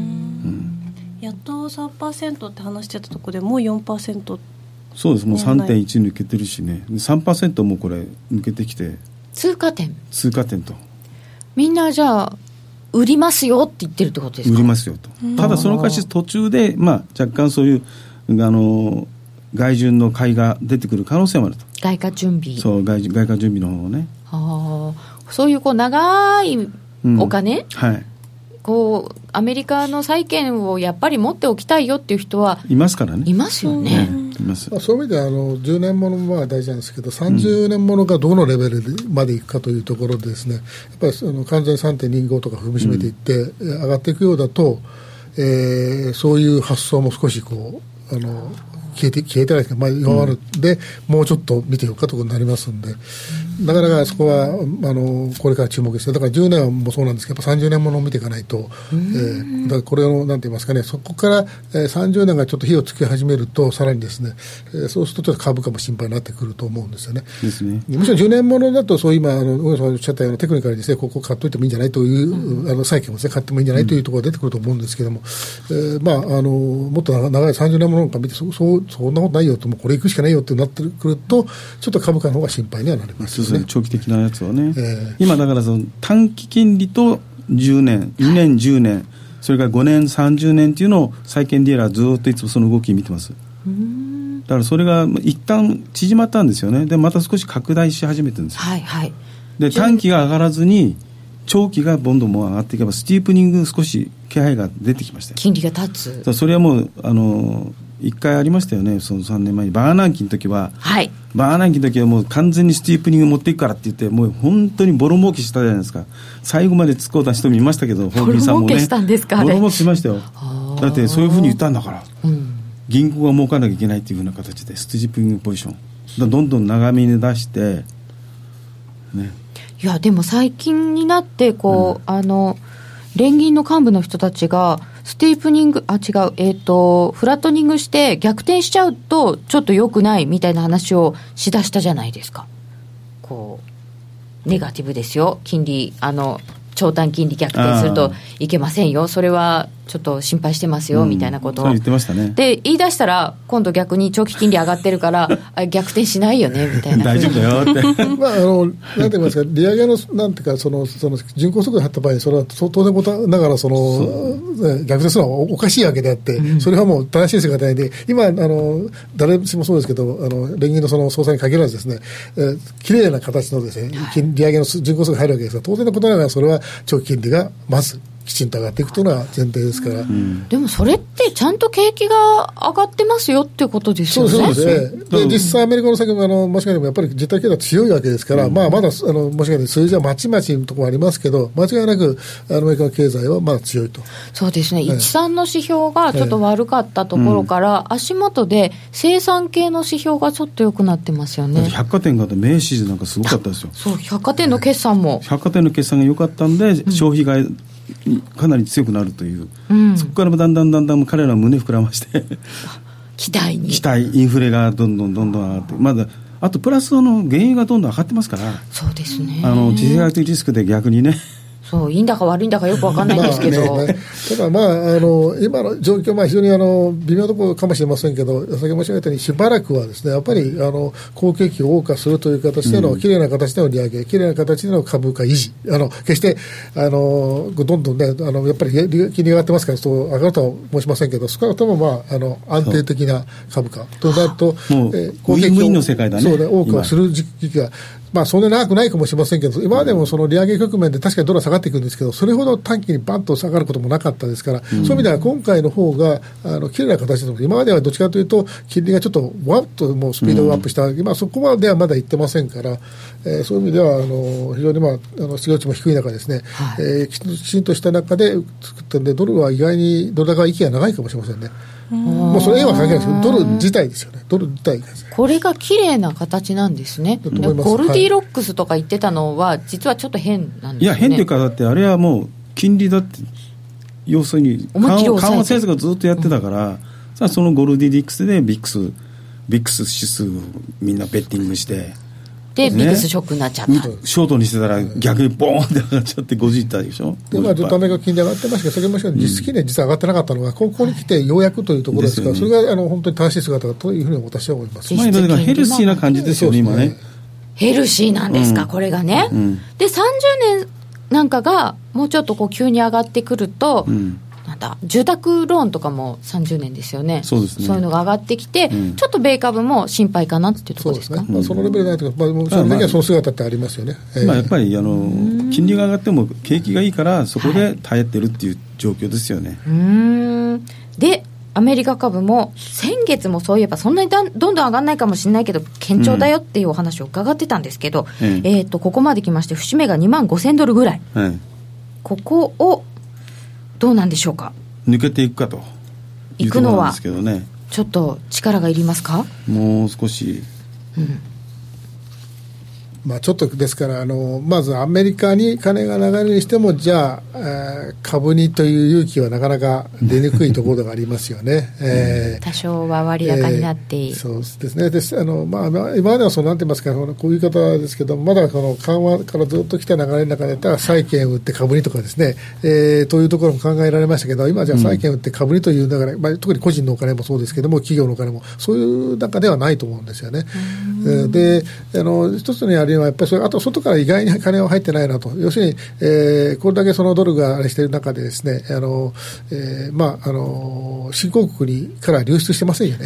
やっと さんパーセント って話してたところでもう よんパーセント。 そうです、もう さんてんいち 抜けてるしね、 さんパーセント もこれ抜けてきて通過点通過点と、 みんなじゃあ売りますよって言ってるってことですか。 売りますよと。ただその代わり途中で、まあ、若干そういうあの外順の買いが出てくる可能性もあると。 外貨準備、 そう 外, 外貨準備の方をね、 はあ、そういうこう長いお金、うん、はい、こうアメリカの債券をやっぱり持っておきたいよっていう人はいますからね。いますよね、うん、 います。そういう意味ではあのじゅうねんものは大事なんですけど、さんじゅうねんものがどのレベルまでいくかというところでですね、やっぱりその完全 さんてんにご とか踏みしめていって、うん、上がっていくようだと、えー、そういう発想も少しこうあの消えて消えてないですけど、まあ、弱まるんで、うん、もうちょっと見てようかということになりますんで、なかなかそこはあのこれから注目です。だからじゅうねんもそうなんですけど、さんじゅうねんものを見ていかないと、えー、だからこれをなんて言いますかね、そこから、えー、さんじゅうねんがちょっと火をつけ始めるとさらにですね、えー、そうするとちょっと株価も心配になってくると思うんですよね。ですね。むしろじゅうねんものだとそう今あの小野さんおっしゃったようなテクニカルにですね、ここ買っといてもいいんじゃないという、うん、あの債券をですね買ってもいいんじゃないというところが出てくると思うんですけども、えー、まああのもっと長いさんじゅうねんものなんか見てそそうそんなことないよと、もうこれ行くしかないよってなってくるとちょっと株価の方が心配にはなりますよね。 そうですね、長期的なやつはね、えー、今だからその短期金利とじゅうねんにねんじゅうねんそれからごねんさんじゅうねんっていうのを債券ディーラーずっといつもその動き見てます。うーん、だからそれが一旦縮まったんですよね。でまた少し拡大し始めてるんですよ、はいはい、で短期が上がらずに長期がどんどんもう上がっていけばスティープニング少し傾気配が出てきましたよ。 金利が立つ。 それはもうあのいっかいありましたよね。そのさんねんまえにバーナンキの時は、 はい、 バーナンキの時はもう完全にスティープニング持っていくからって言ってもう本当にボロ儲けしたじゃないですか。最後まで突っ込んだ人もいましたけど、ホービーさんもね、ボロ儲けしたんですか。ボロ儲けしましたよ。だってそういうふうに言ったんだから、うん、銀行が儲かなきゃいけないっていうふうな形でスティープニングポジションだどんどん長めに出してね。 いやでも最近になってこう、うん、あの連銀の幹部の人たちがスティープニングあ違う、えーと、フラットニングして逆転しちゃうとちょっと良くないみたいな話をしだしたじゃないですか。こうネガティブですよ、金利あの長短金利逆転するといけませんよ、それはちょっと心配してますよ、うん、みたいなことを言ってましたね。 で言い出したら今度逆に長期金利上がってるから逆転しないよねみたいな大丈夫だよってまああのなんて言いますか、利上げのなんていうかそのその循環速度に入った場合それは当然ことながらその逆転するのはおかしいわけであって、うん、それはもう正しい世界で今あの誰しもそうですけどあの連銀のその総裁に限らずですね、えー、綺麗な形のですね、はい、利上げの循環速度が入るわけですが、当然のことながらそれは長期金利がまずきちんと上がっていくというのは前提ですから、うん、 でもそれってちゃんと景気が上がってますよっていうことですよね。 そうですね。で実際アメリカの先もあのもしかしてもやっぱり実体経済が強いわけですから、うん、まあまだあのもしかして数字はまちまちのところありますけど、間違いなくアメリカの経済はまだ強いと。 そうですね、ええ、いちさんの指標がちょっと悪かったところから、ええ、足元で生産系の指標がちょっと良くなってますよね。 百貨店が名刺なんかすごかったですよ。 そう、百貨店の決算も百貨店の決算が良かったんで、うん、消費がかなり強くなるという、うん、そこからだんだんだんだん彼らは胸膨らまして期待に期待インフレがどんどんどんどん上がって、まだあとプラスの原油がどんどん上がってますから。 そうですね、 あの地政学的リスクで逆にね、 そういいんだか悪いんだかよく分かんないんですけど、 まあね、ただ、まあ、あの今の状況は非常にあの微妙なところかもしれませんけど、先ほど申し上げたようにしばらくはですね、やっぱりあの好景気を謳歌するという形での、うん、きれいな形での利上げ、きれいな形での株価維持、あの決してあのどんどんね、あのやっぱり金利が上がってますからそう上がるとは申しませんけど、少なくとも、まあ、あの安定的な株価となると、 もう、えー、好景気をの世界だね、 そうね、謳歌する時期がまあ、そんなに長くないかもしれませんけど、今までもその利上げ局面で確かにドルは下がっていくんですけど、それほど短期にバンと下がることもなかったですから、うん、そういう意味では今回の方があの綺麗な形で、今まではどっちかというと金利がちょっとわっともうスピードをアップした、うん、今そこまではまだいってませんから、えー、そういう意味ではあの非常に、まあ、あの失業率も低い中ですね、はい、えー、きちんとした中で作ったんで、ドルは意外にドル高は息が長いかもしれませんね。もうそれ円は関係ないですけど、ドル自体ですよね。ドル自体です。 これが綺麗な形なんですね。ゴルディロックスとか言ってたのは、はい、実はちょっと変なんですね。 いや変というか、だってあれはもう金利だって要するに緩和緩和政策がずっとやってたから、うん、さあそのゴルディリックスでビックスビックス指数をみんなベッティングして。 でビックスショックになっちゃった、ね、 ショートにしてたら逆にボーンって上がっちゃってごじゅういったでしょ。 で、まあ、ずっとアメリカ金利上がってましたけど、先ほども言ったように実質金利は実は上がってなかったのが、ここに来てようやくというところですから、ね、それがあの本当に正しい姿だというふうに私は思います。 まあ、だからヘルシーな感じですよね、今ね。 ヘルシーなんですか、うん、これがね、うん、でさんじゅうねんなんかがもうちょっとこう急に上がってくると、うん、なんだ住宅ローンとかもさんじゅうねんですよね。 そうですね。 そういうのが上がってきて、うん、ちょっと米株も心配かなっていうところですか。 そうですね、まあ、そのレベルでないとか、まあ、その時はその姿ってありますよね。 まあまあ、やっぱりあの金利が上がっても景気がいいからそこで耐えてるっていう状況ですよね、はい、うーんでアメリカ株も先月もそういえばそんなにだんどんどん上がらないかもしれないけど堅調だよっていうお話を伺ってたんですけど、うん、えー、とここまで来まして節目がにまんごせんドルぐらい、うん、ここをどうなんでしょうか。 抜けていくかというところなんですけどね。 ちょっと力がいりますか。 もう少し、うん、 まあ、ちょっとですからあのまずアメリカに金が流れるにしてもじゃあ、えー、株にという勇気はなかなか出にくいところがありますよね、 えー、多少は割高になって、えー、 そうですね。ですあの、まあ、今まではそうなんて言いますか、こういう言い方ですけどまだこの緩和からずっと来た流れの中でたら債券を売って株にとかですね、えー、というところも考えられましたけど、今じゃあ債券を売って株にという流れ、うん、まあ、特に個人のお金もそうですけども企業のお金もそういう中ではないと思うんですよね。であの一つにあるのはやっぱりそれあと外から意外に金は入ってないなと。要するに、えー、これだけそのドルがあれしている中でですね、あの、えー、まああの新興国にから流出してませんよね。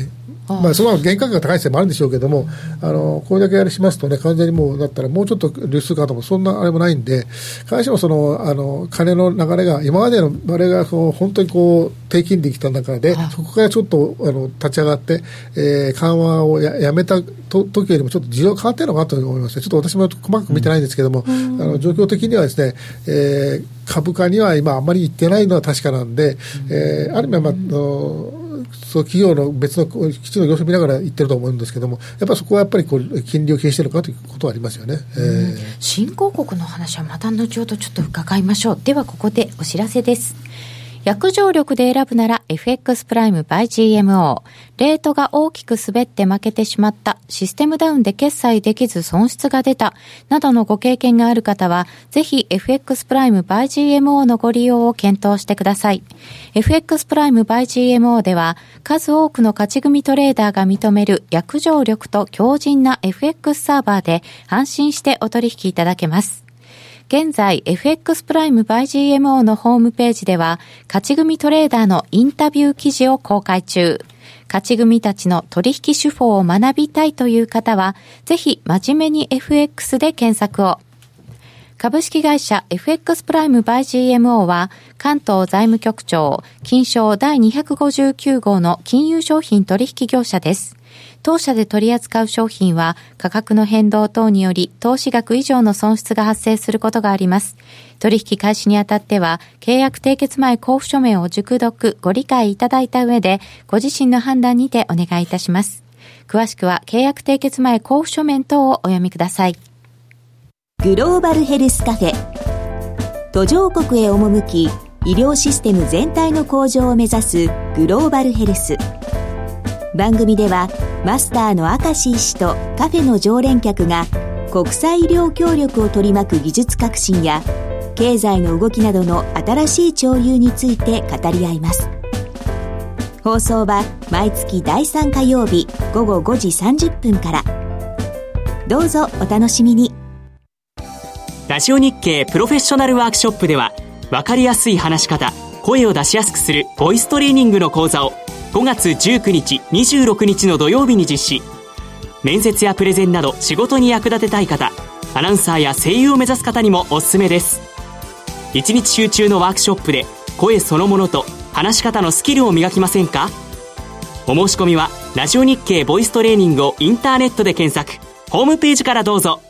まあ、その原価格が高いせいもあるんでしょうけども、あのこれだけやりしますとね、完全にもうだったらもうちょっと流出かともそんなあれもないんで、必ずしもそのあの金の流れが今までのあれがその本当にこう低金利来た中で、そこからちょっとあの立ち上がって、えー、緩和を や, やめたと時よりもちょっと需要変わってるのかなと思います。ちょっと私も細かく見てないんですけども、うん、あの状況的にはですね、えー、株価には今あんまりいってないのは確かなんで、うん、えー、ある意味は、まあ、のそう企業の別の基地の様子を見ながら言ってると思うんですけども、やっぱりそこはやっぱりこう金利を気にしているのかということはありますよね、うん、えー、 新興国の話はまた後ほどちょっと伺いましょう。ではここでお知らせです。約定力で選ぶなら エフエックス プライム by ジーエムオー。レートが大きく滑って負けてしまった、システムダウンで決済できず損失が出た、などのご経験がある方は、ぜひ エフエックス プライム by ジーエムオー のご利用を検討してください。エフエックス プライム by ジーエムオー では、数多くの勝ち組トレーダーが認める約定力と強靭な エフエックス サーバーで安心してお取引いただけます。現在 エフエックス プライム by ジーエムオー のホームページでは勝ち組トレーダーのインタビュー記事を公開中。勝ち組たちの取引手法を学びたいという方はぜひ真面目に エフエックス で検索を。株式会社 エフエックス プライム by ジーエムオー は関東財務局長金商だいにひゃくごじゅうきゅう号の金融商品取引業者です。当社で取り扱う商品は価格の変動等により投資額以上の損失が発生することがあります。取引開始にあたっては契約締結前交付書面を熟読ご理解いただいた上でご自身の判断にてお願いいたします。詳しくは契約締結前交付書面等をお読みください。 グローバルヘルスカフェ、途上国へ赴き医療システム全体の向上を目指すグローバルヘルス。番組ではマスターの明石医師とカフェの常連客が国際医療協力を取り巻く技術革新や経済の動きなどの新しい潮流について語り合います。放送は毎月だいさん火曜日午後ごじさんじゅっぷんから。どうぞお楽しみに。 ラジオ日経プロフェッショナルワークショップでは分かりやすい話し方、声を出しやすくするボイストレーニングの講座をごがつじゅうくにち、にじゅうろくにちの土曜日に実施。面接やプレゼンなど仕事に役立てたい方、アナウンサーや声優を目指す方にもおすすめです。いちにち集中のワークショップで声そのものと話し方のスキルを磨きませんか？お申し込みはラジオ日経ボイストレーニングをインターネットで検索、ホームページからどうぞ。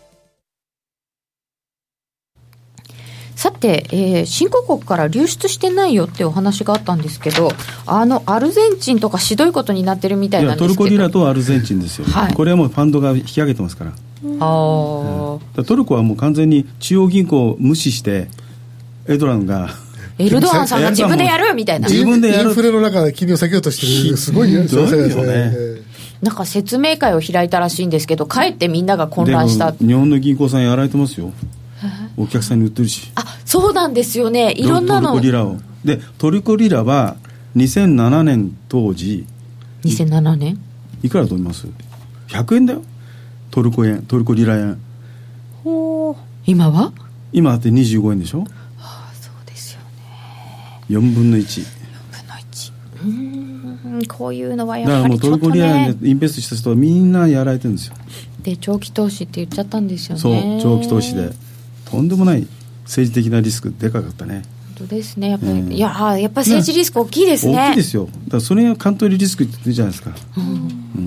さて、えー、新興国から流出してないよってお話があったんですけど、あのアルゼンチンとかひどいことになってるみたいなんですけど。いや、 トルコリラとアルゼンチンですよ、はい、これはもうファンドが引き上げてますから。あ、 うん、 だトルコはもう完全に中央銀行を無視してエドランがエルドアンさんが自分でやるみたいな、 自分でやる、インフレの中で金利を下げようとしてる、すごいよね。 なんか説明会を開いたらしいんですけど、かえってみんなが混乱した。 日本の銀行さんやられてますよ。お客さんに売ってるし。 あ、そうなんですよね。いろんなの。 トルコリラを。で、トルコリラはにせんななねん当時。 にせんななねんいくらだと思います？ひゃくえんだよ。トルコ円、トルコリラ円。 ほう。今は？ 今だってにじゅうごえんでしょ。はあ、そうですよね。 よんぶんのいち。よんぶんのいち。うーん、こういうのはやっぱりちょっとね。だからもうトルコリラ円でインベストした人はみんなやられてるんですよ。 で、長期投資って言っちゃったんですよね。 そう、長期投資で。とんでもない政治的なリスクでかかったね。 本当ですね。やっぱり、うん、いややっぱり政治リスク大きいですね。 大きいですよ。だからそれが関東リスクって言ってるじゃないですか、 うんうん、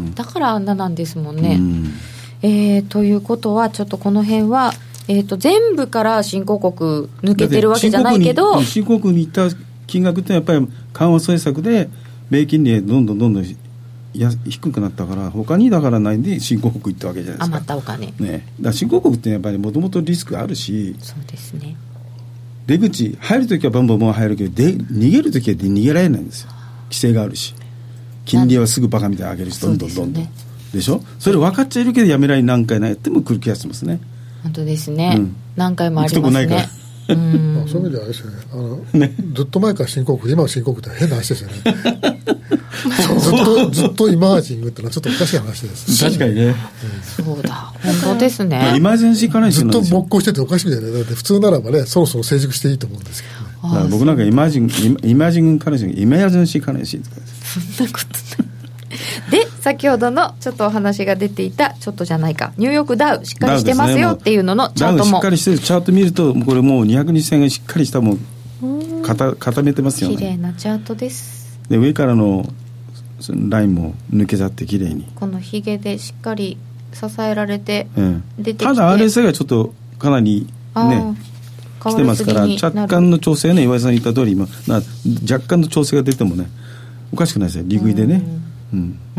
だからあんななんですもんね、うん、えー、ということはちょっとこの辺は、えー、と全部から新興国抜けてるわけじゃないけど、 新興国に行った金額ってやっぱり緩和政策で米金利どんどんどんどんや低くなったから他にだからないんで新興国行ったわけじゃないですか。 余ったお金、 ね、だから新興国ってやっぱりもともとリスクあるし、 そうですね、 出口入るときはバンバンバン入るけどで逃げるときは逃げられないんですよ。規制があるし金利はすぐバカみたいに上げるしどんどんどんどん で,、ね、でしょ。それ分かっちゃいるけどやめられ何回やっても来る気がしますね。 本当ですね、うん、何回もありますね。 うん、そういう意味ではあれですよね、あのね、ずっと前から新興国、今は新興国って変な話ですよね。ずっとずっとイマージングってのはちょっとおかしい話です。 確かにね、 うん、そうだ、本当ですね、 まあ、イマージェンシーカレンシーずっと勃興してておかしいみたいな。だって普通ならばね、そろそろ成熟していいと思うんですけど、ね、 だから僕なんかイマージングイマージングカレンシーイマージェンシーカレンシーとかそんなことないで先ほどのちょっとお話が出ていたちょっとじゃないかニューヨークダウしっかりしてますよっていうののチャートも、 ダウしっかりしてるチャート見るとこれもうにひゃくにち線がしっかりしたもう固, 固めてますよね。 綺麗なチャートです。 で上からのラインも抜けちゃって綺麗にこのヒゲでしっかり支えられて出てきて、 ただ アールエスアイ がちょっとかなりね来てますから若干の調整ね、岩井さん言った通り今な若干の調整が出てもねおかしくないですよ利食いでね。うん、うん、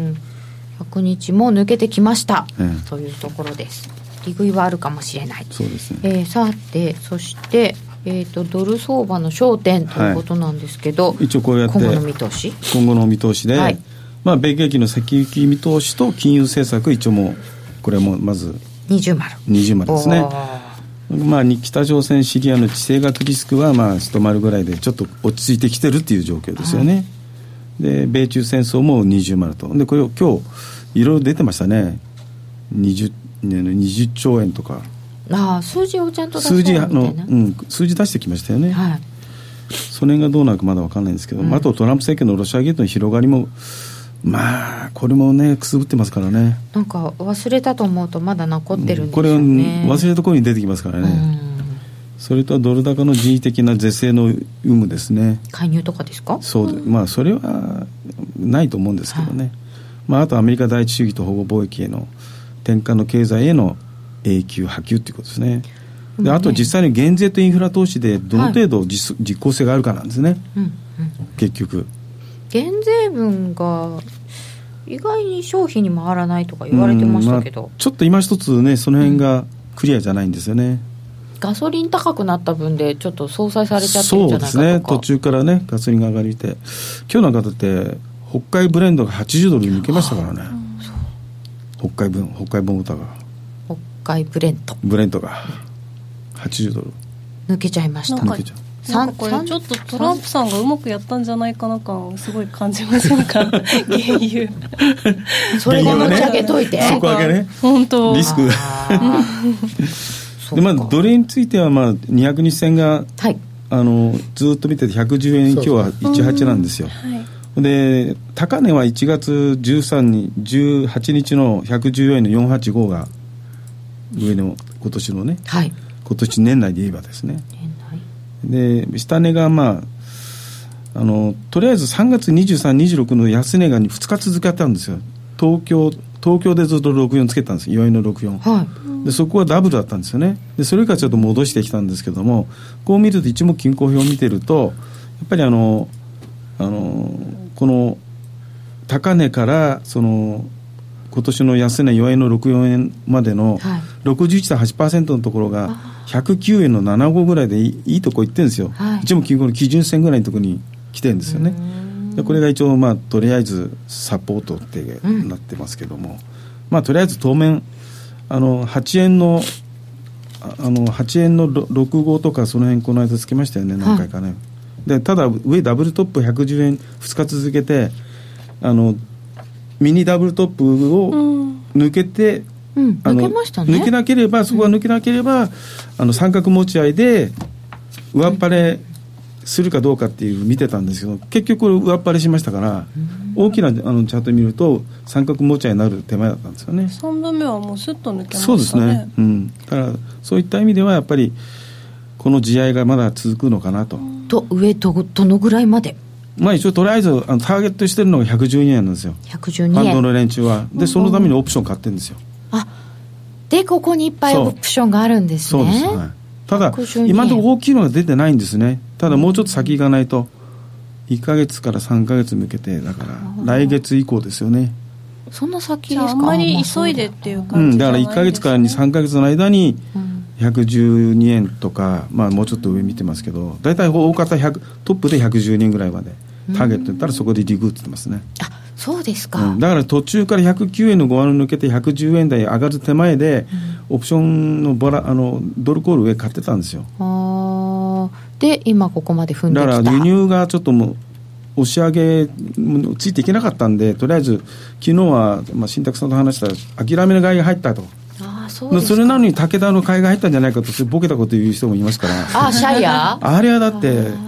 ひゃくにちも抜けてきました、うん、というところです。利食いはあるかもしれない。 そうですね、 えー、さてそして、えー、とドル相場の焦点ということなんですけど、はい、 一応こうやって今後の見通し今後の見通しで、はい、まあ、米景気の先行き見通しと金融政策一応もうこれもまず二重丸二重丸ですね。まあ、北朝鮮シリアの地政学リスクはまあ一丸ぐらいでちょっと落ち着いてきてるっていう状況ですよね、はい、で米中戦争も二重丸とでこれを今日いろいろ出てましたね 20, にじゅっちょうえんとかあ数字をちゃんと出して数字の、うん、数字出してきましたよね、はい、その辺がどうなるかまだ分かんないんですけど、うん、あとトランプ政権のロシアゲートの広がりもまあこれもねくすぶってますからね。 なんか忘れたと思うとまだ残ってるんですよね、うん、 これ忘れた頃に出てきますからね、うん、それとドル高の人為的な是正の有無ですね。 介入とかですか。 そうで、まあそれはないと思うんですけどね、はい、まあ、あとアメリカ第一主義と保護貿易への転換の経済への永久波及ということですね。であと実際に減税とインフラ投資でどの程度 実,、はい、実効性があるかなんですね、うんうん、結局減税分が意外に消費に回らないとか言われてましたけど、まあ、 ちょっと今一つねその辺がクリアじゃないんですよね、うん、 ガソリン高くなった分でちょっと相殺されちゃってるんじゃないかとか。 そうですね、途中からねガソリンが上がりて今日なんかだって北海ブレンドがはちじゅうドル抜けましたからね、うん、北海分北海ボンボタが北海ブレントブレントがはちじゅうドル抜けちゃいました。 抜けちゃう。なんかこれちょっとトランプさんがうまくやったんじゃないかな感すごい感じませんか原油それで持ち上げといて底上げね本当リスクで、まあ、ドルについてはまあにひゃくにち線が、はい、あのずっと見ててひゃくじゅうえん今日はいちじゅうはちなんですよ、はい、で高値はいちがつじゅうさんにちじゅうはちにちのひゃくじゅうえんのよんひゃくはちじゅうごが上の今年のね、はい、今年年内で言えばですね。で下値がまああのとりあえずさんがつにじゅうさん、にじゅうろくの安値がふつか続けたんですよ。東京東京でずっとろくじゅうよんつけたんですよ。いわゆるろくじゅうよん、はい、でそこはダブルだったんですよね。でそれからちょっと戻してきたんですけども、こう見ると一目均衡表を見てるとやっぱりあのあのこの高値からその今年の安値いわゆるろくじゅうよんえんまでの ろくじゅういってんはちパーセント のところがひゃくきゅうえんのななじゅうごぐらいでい い, いいとこ行ってるんですよ、はい、一目均衡の基準線ぐらいのところに来てるんですよね。でこれが一応、まあ、とりあえずサポートってなってますけども、うん、まあ、とりあえず当面あのはちえんのあのはちえんのろくじゅうごとかその辺この間つけましたよね何回かね、はい、でただ上ダブルトップひゃくじゅうえんふつか続けてあのミニダブルトップを抜けて、 うん、抜けましたね。 抜けなければそこが抜けなければ、うん、あの三角持ち合いで上っ張れするかどうかっていう見てたんですけど結局上っ張れしましたから、うん、大きなあのチャート見ると三角持ち合いになる手前だったんですよね。 さんどめはもうスッと抜けましたね。 そうですね、うん、だからそういった意味ではやっぱりこの地合いがまだ続くのかなと、うん、 と上とどのぐらいまで。 まあ、一応とりあえずあのターゲットしてるのがひゃくじゅうにえんなんですよ。 ひゃくじゅうにえんファンドの連中はでそのためにオプション買ってるんですよ。 あでここにいっぱいオプションがあるんですね。 そうです、はい、ただ今のところ大きいのが出てないんですね。ただもうちょっと先行かないといっかげつからさんかげつ向けてだから来月以降ですよね。 そんな先ですか。 あんまり急いでっていう感じじゃないです、ね、うん、だからいっかげつからさんかげつの間にひゃくじゅうにえんとか、まあ、もうちょっと上見てますけどだいたい大方ひゃくトップでひゃくじゅうにえんぐらいまでターゲットだったらそこでリグって言ってますね。 あそうですか、 うん、だから途中からひゃくきゅうえんのごわん抜けてひゃくじゅうえん台上がる手前で、うん、オプションのボラあのドルコール上買ってたんですよ。 あで今ここまで踏んできた。 だから輸入がちょっともう押し上げついていけなかったんでとりあえず昨日は、まあ、新宅さんと話したら諦めの買いが入ったと。 あそうですか。 それなのに武田の買いが入ったんじゃないかとボケたこと言う人もいますからあシャイヤあれはだって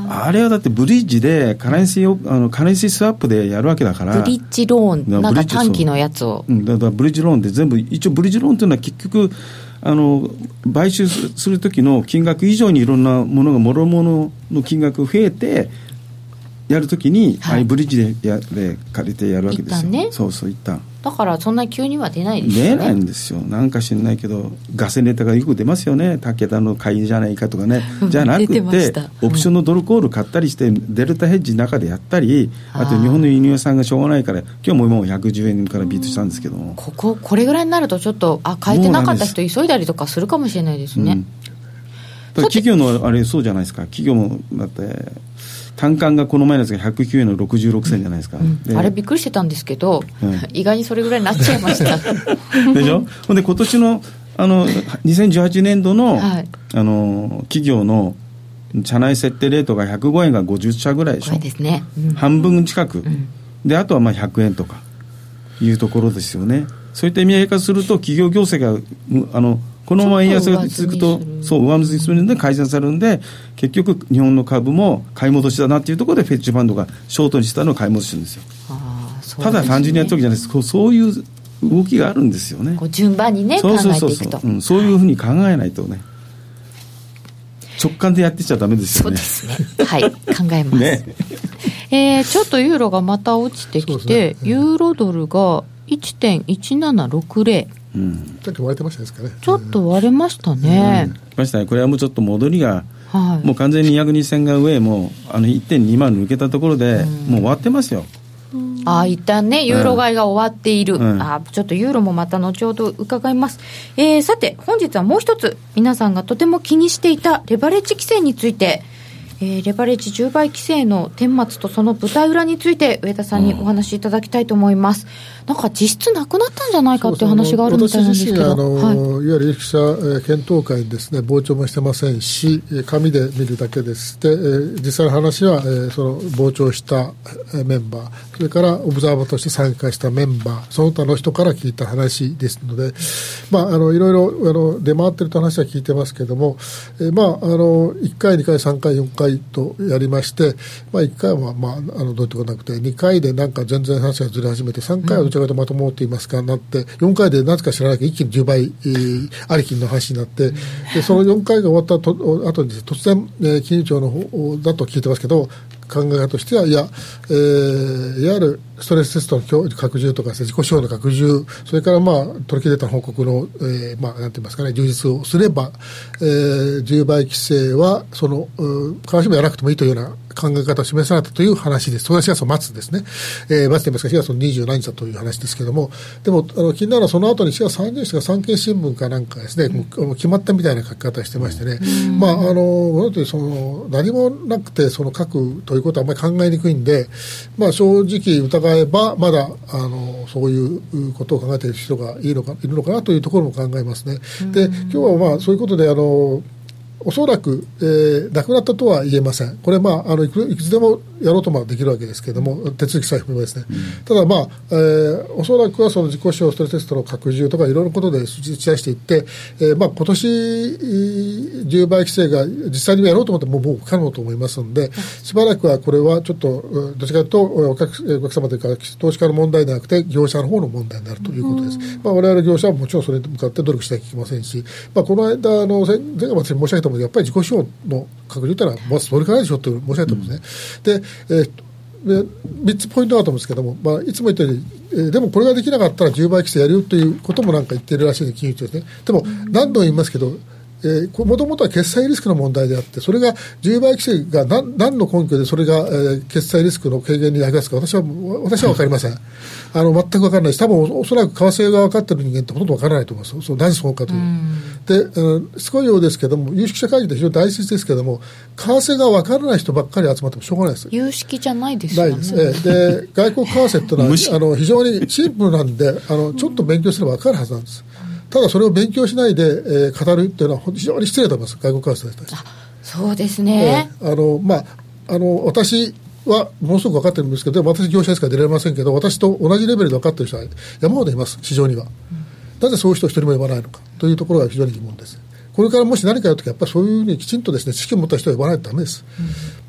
あれはだってブリッジでカレンシーをあのカレンシースワップでやるわけだから、 ブリッジローンなんか短期のやつを、 うん、だからブリッジローンで全部一応ブリッジローンというのは結局あの買収する時の金額以上にいろんなものがもろものの金額増えてやるときに、はい、ああいうブリッジでやで借りてやるわけですよ。一旦ね、そうそう一旦だからそんな急には出ないですよね。 出ないんですよ。なんか知んないけどガセネタがよく出ますよね。武田の買いじゃないかとかねじゃなくてオプションのドルコール買ったりして、うん、デルタヘッジの中でやったり、あと日本の輸入屋さんがしょうがないから今日ももうひゃくじゅうえんからビートしたんですけども、 こここれぐらいになるとちょっとあ買えてなかった人急いだりとかするかもしれないですね、うん、 だ企業のあれそうじゃないですか。企業もだって単価がこの前のやつがひゃくきゅうえんのろくじゅうろくせんじゃないですか、 うんうん、あれびっくりしてたんですけど、うん、意外にそれぐらいになっちゃいましたでしょ。ほんで今年のあのにせんじゅうはちねんどの、はい、あの企業の社内設定レートがひゃくごえんがごじゅっしゃぐらいでしょ。 ですね、うん、 半分近く、うん、であとはまあひゃくえんとかいうところですよね。そういった意味合いからすると企業業績があのこのまま円安が続くとそう上積みするんで改善されるんで、結局日本の株も買い戻しだなっていうところでフェッジファンドがショートにしたのを買い戻してるんですよ。あそうですね、ただ単純にやったわけじゃないです。こうそういう動きがあるんですよね。 こう順番にねそうそうそうそう考えていくと、 うん、そういうふうに考えないとね直感でやってちゃダメですよね。 そうですね、はい考えます、ねえー、ちょっとユーロがまた落ちてきて、ね、ユーロドルが いってんいちななろくゼロ、 うん、ちょっと割れてましたですかね。 ちょっと割れましたね、うん、 ましたね。これはもうちょっと戻りが、はい、もう完全ににひゃくにせんが上もうあの いってんにまん抜けたところで、うん、もう終わってますよ。 あ一旦ねユーロ買いが終わっている、うん、あちょっとユーロもまた後ほど伺います、えー、さて本日はもう一つ皆さんがとても気にしていたレバレッジ規制について、えー、レバレッジじゅうばい規制の顛末とその舞台裏について上田さんにお話しいただきたいと思います、うん、なんか実質なくなったんじゃないかっていう話があるみたいなんですけど、 私自身あの、はい、いわゆる有識者検討会にですね傍聴もしてませんし紙で見るだけですで、実際の話はその傍聴したメンバーそれからオブザーバーとして参加したメンバーその他の人から聞いた話ですので、まあ、あのいろいろあの出回っていると話は聞いてますけれども、えまあ、あのいっかいにかいさんかいよんかいとやりまして、まあ、いっかいは、まあ、あのどういうところなくてにかいでなんか全然話がずれ始めてさんかいはどちらかとまともと言いますかなってよんかいでなぜか知らないけど一気にじゅうばい、えー、ありきの話になってでそのよんかいが終わったと後に突然、えー、金融庁の方だと聞いてますけど考え方としてはいや、えー、いわゆるストレステストの拡充とか、自己資本の拡充それからまあ取り切れた報告の、えー、まあなんて言いますかね充実をすれば、えー、じゅうばい規制はその必ずしもやらなくてもいいというような考え方を示されたという話です。それはしがつの末ですね、えー、末と言いますかしがつのにじゅうしちにちだという話ですけれども、でもあの気になるのはその後にしがつさんじゅうにちが産経新聞かなんかですね、うん、もう決まったみたいな書き方をしてましてね、うん、まああのその何もなくてその書くということはあんまり考えにくいんで、まあ、正直疑えばまだあのそういうことを考えている人がいるのか、いるのかなというところも考えますね。で今日はまあそういうことであのおそらく、えー、なくなったとは言えません。これ、まあ、あのいくいくつでもやろうともできるわけですけれども、手続きさえ踏めばですね、うん、ただ、まあえー、おそらくはその自己使用ストレステストの拡充とかいろいろなことで打ち出していって、えーまあ、今年じゅうばい規制が実際にやろうと思ってももう不可能と思いますので、しばらくはこれはちょっとどちらかというとお客、お客様というか投資家の問題ではなくて業者の方の問題になるということです。まあ、我々業者はもちろんそれに向かって努力しなきゃいけませんし、まあ、この間あの前回まで申し上げたものやっぱり自己資本の拡充というのはまずそれからでしょと申し上げたんですね、うん、で、えーでみっつポイントがあると思うんですけども、まあ、いつも言ったように、えー、でもこれができなかったらじゅうばい規制やるよということもなんか言ってるらしいので金融庁ですね。でも何度も言いますけどもともとは決済リスクの問題であってそれがじゅうばい規制が 何, 何の根拠でそれが、えー、決済リスクの軽減に役立つか私は私は分かりませんあの全く分からないし多分 お, おそらく為替が分かっている人間ってほとんど分からないと思います。そうなぜそうかというで、うん、すごいようですけども有識者会議で非常に大切ですけども為替が分からない人ばっかり集まってもしょうがないです。 有識じゃないですよね。 ないです、えー、で外国為替っていうのはあの非常にシンプルなんであのちょっと勉強すれば分かるはずなんです。ただそれを勉強しないで、えー、語るというのは非常に失礼だと思います。外国為替に対して。 あそうですね、 えーあのまあ、あの私はものすごく分かってるんですけど私業者ですから出られませんけど私と同じレベルで分かっている人は山ほどいます市場には、うん、なぜそういう人を一人も呼ばないのかというところが非常に疑問です。これからもし何かやるときはやっぱりそういうふうにきちんとですね知識を持った人を呼ばないとダメです、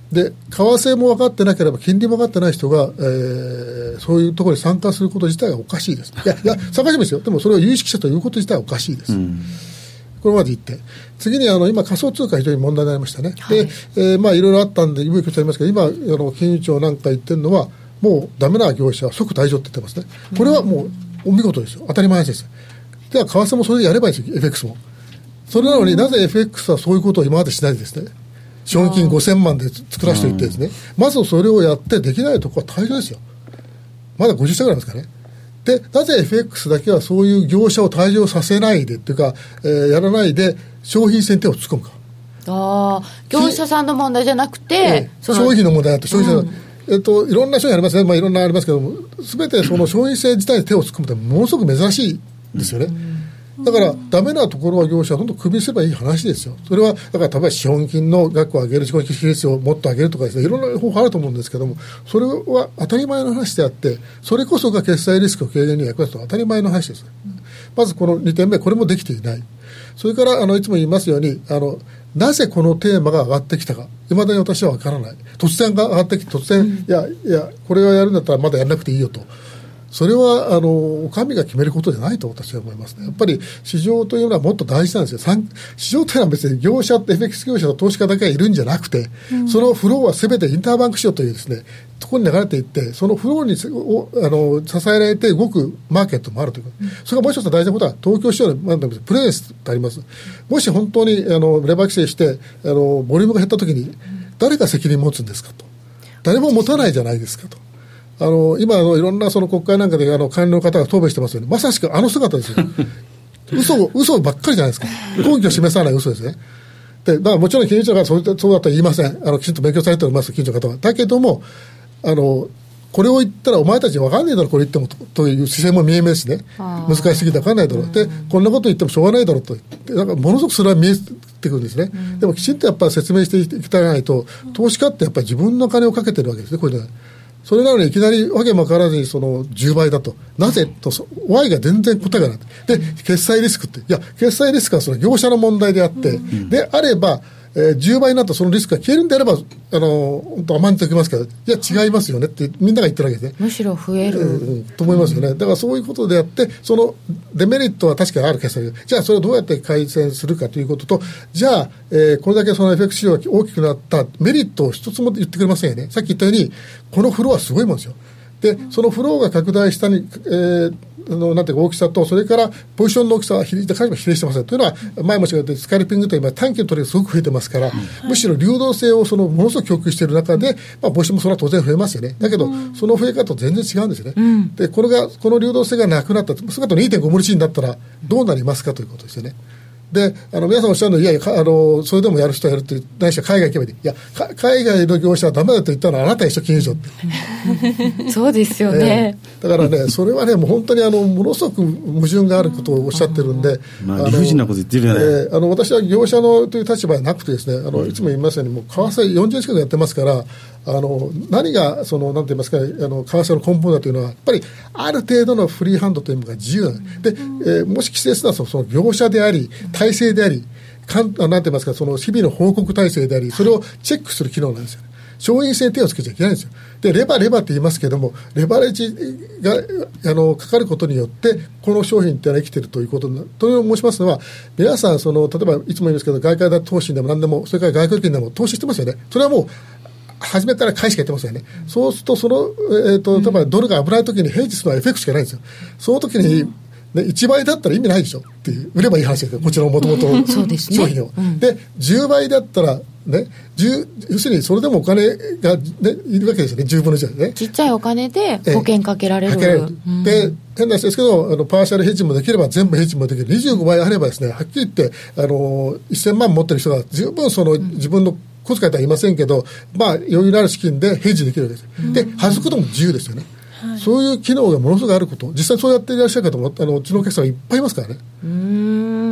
で為替も分かってなければ金利も分かってない人が、えー、そういうところに参加すること自体がおかしいです。いやいや参加しますよ。でもそれを有識者ということ自体はおかしいです、うん、これまで言って次にあの今仮想通貨非常に問題になりましたね、はい。で、えー、まあいろいろあったんで今言ってありますけど今あの金融庁なんか言ってるのはもうダメな業者は即退場って言ってますね。これはもうお見事ですよ。当たり前です。では為替もそれでやればいいんですよ。 エフエックス もそれなのになぜ エフエックス はそういうことを今までしないでですね資本金ごせんまんで作らせておいてですね、まずそれをやってできないところは退場ですよ。まだごじゅっ社ぐらいですからね。でなぜ エフエックス だけはそういう業者を退場させないでっていうか、えー、やらないで商品選定を突っ込むか。 あ業者さんの問題じゃなくて、 えー、商品の問題だと消費者、うんえっと、いろんな商品ありますね、まあ、いろんなありますけども全てその商品性自体に手を突っ込むとものすごく珍しいですよね、うん、だからダメなところは業者はどんどんクビにすればいい話ですよ。それはだから例えば資本金の額を上げる、資本金比率をもっと上げるとかですねいろんな方法あると思うんですけどもそれは当たり前の話であってそれこそが決済リスク軽減に役立つと当たり前の話です、うん、まずこのにてんめこれもできていない。それからあのいつも言いますようにあのなぜこのテーマが上がってきたかいまだに私は分からない。突然が上がってきて突然、うん、いやいやこれをやるんだったらまだやらなくていいよとそれはあのお上が決めることじゃないと私は思いますね。やっぱり市場というのはもっと大事なんですよ。市場というのは別に業者 エフエックス 業者と投資家だけがいるんじゃなくて、うん、そのフローは全てインターバンク市場というですねところに流れていってそのフローにをあの支えられて動くマーケットもあるというか、うん、それからもう一つ大事なことは東京市場のプレイスってあります。もし本当にあのレバー規制してあのボリュームが減ったときに誰が責任持つんですかと。誰も持たないじゃないですかと。あの今あのいろんなその国会なんかであの官僚の方が答弁してますよね。まさしくあの姿ですよ嘘嘘ばっかりじゃないですか。根拠を示さない嘘ですね。でだからもちろん金融庁がそうだったら言いません。あのきちんと勉強されております金融庁の方は。だけどもあのこれを言ったらお前たち分かんないだろこれ言っても と, という姿勢も見えますね。難しすぎて分かんないだろうでこんなこと言ってもしょうがないだろうとなんかものすごくそれは見えてくるんですね。でもきちんとやっぱり説明していきたいと投資家ってやっぱり自分の金をかけてるわけですね。これでそれなのにいきなりわけも分からずにそのじゅうばいだとなぜと Y が全然答えがないで決済リスクっていや決済リスクはその業者の問題であって、うん、であれば、えー、じゅうばいになったそのリスクが消えるんであればあの本当甘んじておきますけどいや違いますよねってみんなが言ってるわけですね。 むしろ増える、 うん、と思いますよね。だからそういうことであってそのデメリットは確かにある決済じゃあそれをどうやって改善するかということとじゃあ、えー、これだけその エフエックス 市場が大きくなったメリットを一つも言ってくれませんよね。さっき言ったようにこのフローはすごいもんですよ。でそのフローが拡大したに、えーあのなんていうか大きさとそれからポジションの大きさは比例してません。というのは前も違ってスカルピングという今短期の取りがすごく増えてますから、うん、むしろ流動性をそのものすごく供給している中で、まあ、ポジションもそれは当然増えますよね。だけど、うん、その増え方と全然違うんですよね、うん、でこれがこの流動性がなくなった姿 にてんご モルチになったらどうなりますかということですよね。であの皆さんおっしゃるのいやいやあのそれでもやる人はやるってないしは海外行けばいいいや海外の業者はダメだと言ったのはあなた一緒金融庁ってそうですよね、 えー、だからねそれはねもう本当にあのものすごく矛盾があることをおっしゃってるんで、 まあ、理不尽なこと言ってるよね、えー、あの私は業者のという立場はなくてですねあのいつも言いますようにもう為替よんじゅうねん近くやってますからあの何がそのなんて言いますかあの為替の根本だというのはやっぱりある程度のフリーハンドというのが自由なんで、で、えー、もし規制するのはその業者であり体制でありかんなんて言いますかその日々の報告体制でありそれをチェックする機能なんですよね。商品性に手をつけちゃいけないんですよ。でレバレバって言いますけどもレバレッジがあのかかることによってこの商品ってのは生きているということと申しますのは皆さんその例えばいつも言いますけど外貨建投資でも何でもそれから外国人でも投資してますよね。それはもう初めから買いしかやってますよね。そうするとその、えー、と例えばドルが危ないときにヘッジするのは エフエックス しかないんですよ。その時に、ね、いちばいだったら意味ないでしょっていう売ればいい話ですよこちらのもともとの商品を、うん、でじゅうばいだったらね、要するにそれでもお金が、ね、いるわけですよね。じゅうぶんのいちですね。 ちっちゃいお金で保険かけられる、 かけられる、うん、で変な話ですけどあのパーシャルヘッジもできれば全部ヘッジもできるにじゅうごばいあればですねはっきり言ってあのせんまん持ってる人が十分その自分の小遣いとは言いませんけど、まあ、余裕のある資金でヘッジできるわけです、うん、で外すことも自由ですよね、はい、そういう機能がものすごくあること実際そうやっていらっしゃる方もあのうちのお客さんいっぱいいますからね。うーん特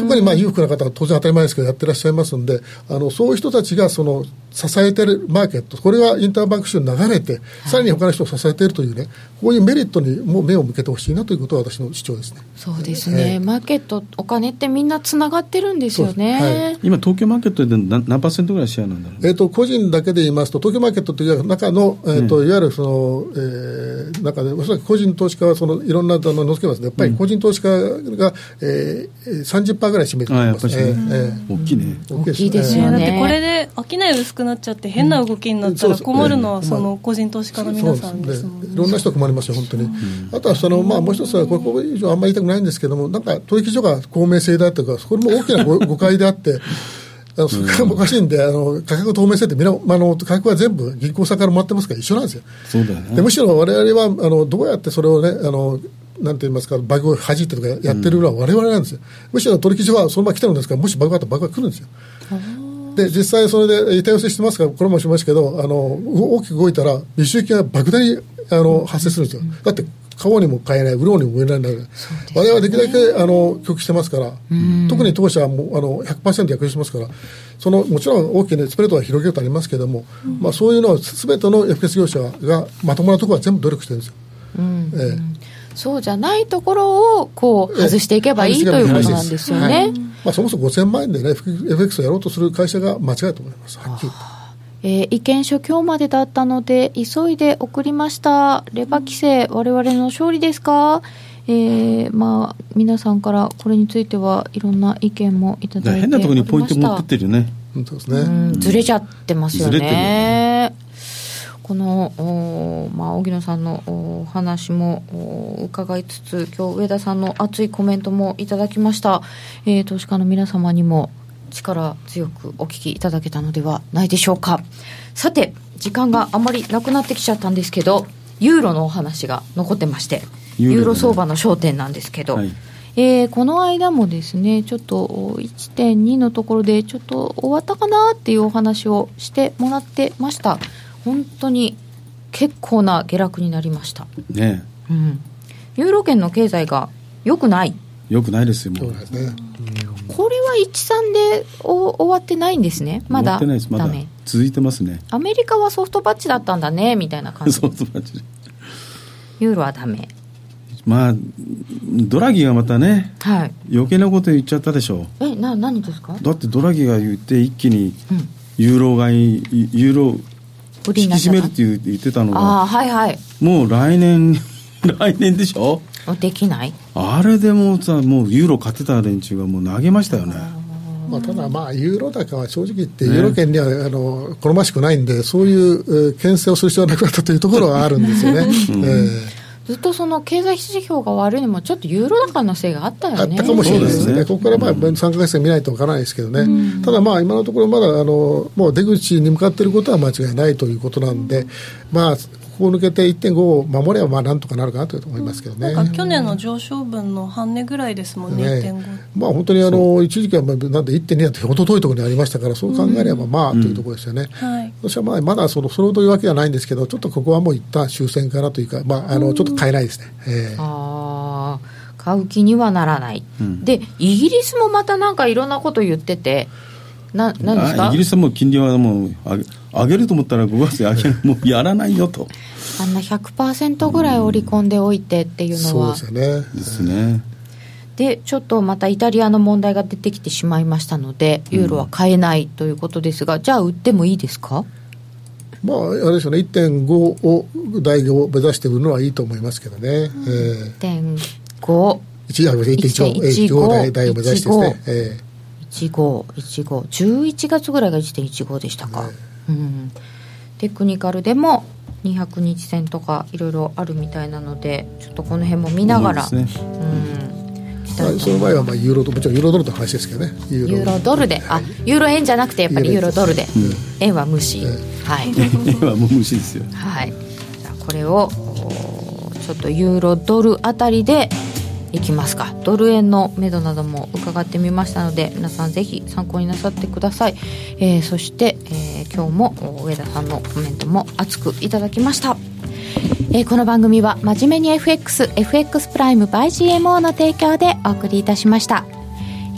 特にまあ裕福な方は当然当たり前ですけどやってらっしゃいますので、あのそういう人たちがその支えているマーケット、これがインターバンク市場に流れて、はい、さらに他の人を支えているというね、こういうメリットにも目を向けてほしいなということが私の主張ですね。 そうですね、えー、マーケット、お金ってみんなつながってるんですよね。はい、 今東京マーケットで 何, 何パーセントぐらいシェアなんだろう、 えー、と個人だけで言いますと、東京マーケットという中の、えーとうん、いわゆるその、えー、中でおそらく個人投資家はそのいろんなあの除けますね、やっぱり個人投資家が、えー、さんじゅっパーセント ぐらい占めていますね。 あ、やっぱりね、えー、大きいね、 大きいですよね。 だってこれで商い薄くなっちゃって変な動きになったら困るのはその個人投資家の皆さんですもんね。 いろんな人困りますよ本当に、うん、あとはその、まあ、もう一つはここ以上あんまり言いたくないんですけども、なんか取引所が公明性だとか、これも大きな誤解であってあのそれがおかしいんで、あの価格透明性ってみんな、あの価格は全部銀行さんからもらってますから一緒なんですよ。 そうだよね。 でむしろ我々はあのどうやってそれをね、あのなんて言いますか、バグを弾いてとかやってるのは我々なんですよ、うん、むしろ取引所はそのまま来てるんですから、もしバグがあったらバグが来るんですよ。で実際それで板寄せしてますから、これもしますけど、あの大きく動いたら利収益が莫大にあの発生するんですよ。だって買おうにも買えない、売ろうにも売れないんだから、ね、我々はできるだけあの拒否してますから、特に当社はもうあの ひゃくパーセント 約定してますから、そのもちろん大きなスプレッドは広げるとありますけども、うん、まあ、そういうのは全ての エフエックス 業者がまともなところは全部努力してるんですよ。 うんええ、そうじゃないところをこう外していけばいいということなんですよね。はい、 まあ、そもそもごせんまんえんで、ね、エフエックス をやろうとする会社が間違いと思います。はっきりと。 えー、意見書今日までだったので急いで送りました。レバ規制我々の勝利ですか？えーまあ、皆さんからこれについてはいろんな意見もいただいておりました。 変なところにポイント持ってってるよね。 本当ですね。 うん、ずれちゃってますよね。この、まあ、荻野さんのお話も伺いつつ、今日上田さんの熱いコメントもいただきました。えー、投資家の皆様にも力強くお聞きいただけたのではないでしょうか。さて時間があまりなくなってきちゃったんですけど、ユーロのお話が残ってまして、ユーロ、ね、ユーロ相場の焦点なんですけど、はい、えー、この間もですね、ちょっと いってんに のところでちょっと終わったかなっていうお話をしてもらってました。本当に結構な下落になりましたね。 うん、ユーロ圏の経済が良くない良くないですよ。もうですね、うん、 これはいちさんでお終わってないんですね。まだ終わってないです。まだ続いてますね。 アメリカはソフトバッチだったんだねみたいな感じ。 ソフトバッチユーロはダメ。 まあドラギがまたね、 はい、 余計なこと言っちゃったでしょ。 えな何ですか？ だってドラギが言って一気にユーロ買い、ユーロ引き締めるって言ってたのが、 あ、はいはい、 もう来年来年でしょ。 できない。 あれでもさ、もうユーロ買ってた連中がもう投げましたよね。 まあ、ただ、まあ、ユーロ高は正直言って、ユーロ圏には、ね、あの好ましくないんで、そういう、えー、牽制をする必要はなくなったというところはあるんですよね。うん、えーずっとその経済指標が悪いのもちょっとユーロ高のせいがあったよね。 あったかもしれないですね。ここからまあさんかげつ見ないとわからないですけどね、うん、ただまあ今のところまだあのもう出口に向かっていることは間違いないということなんで、まあここを抜けて いってんご を守ればまあなんとかなるかなと思いますけどね。 なんか去年の上昇分の半値ぐらいですもんね、ね いってんご。 まあ本当にあの一時期はなんで いってんに なんてほど遠いところにありましたから、そう考えればまあ、うん、というところですよね。はい、私はまあまだそのそれほどいうわけではないんですけど、ちょっとここはもう一旦終戦かなというか、まああのちょっと買えないですね。えー、 あ買う気にはならない、うん、でイギリスもまたなんかいろんなこと言ってて、ななんですか？ イギリスはもう金利はもう上げ、上げると思ったらごがつで上げるもうやらないよと。 あんな ひゃくパーセント ぐらい織り込んでおいてっていうのは、 うん、そうですよね。 ですね。 でちょっとまたイタリアの問題が出てきてしまいましたので、ユーロは買えないということですが、うん、じゃあ売ってもいいですか？ まあ、あれですよね、いってんご を台を目指して売るのはいいと思いますけどね。うん、えー、いってんご いってんいちご 台を目指してですね、えー、いちご、いちご、じゅういちがつぐらいが いってんいちご でしたか、ね、うん、テクニカルでもにひゃくにち線とかいろいろあるみたいなので、ちょっとこの辺も見ながら、そうですね、うん、 まあ、その前はまあユーロと、もちろんユーロドルの話ですけどね。 ユーロ、ユーロドルで、あ、ユーロ円じゃなくてやっぱりユーロドルで、うん、円は無視、うん、はい、 円はもう無視ですよ。 はい、じゃあこれをちょっとユーロドルあたりでいきますか。ドル円の目処なども伺ってみましたので、皆さんぜひ参考になさってください。えー、そして、えー、今日も上田さんのコメントも熱くいただきました。えー、この番組は真面目に エフエックス、エフエックス プライム by ジーエムオー の提供でお送りいたしました。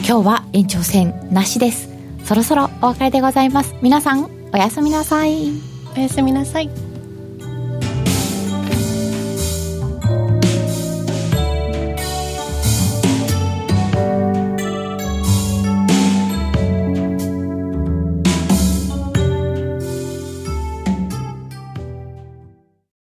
今日は延長戦なしです。そろそろお別れでございます。皆さんおやすみなさい。 おやすみなさい。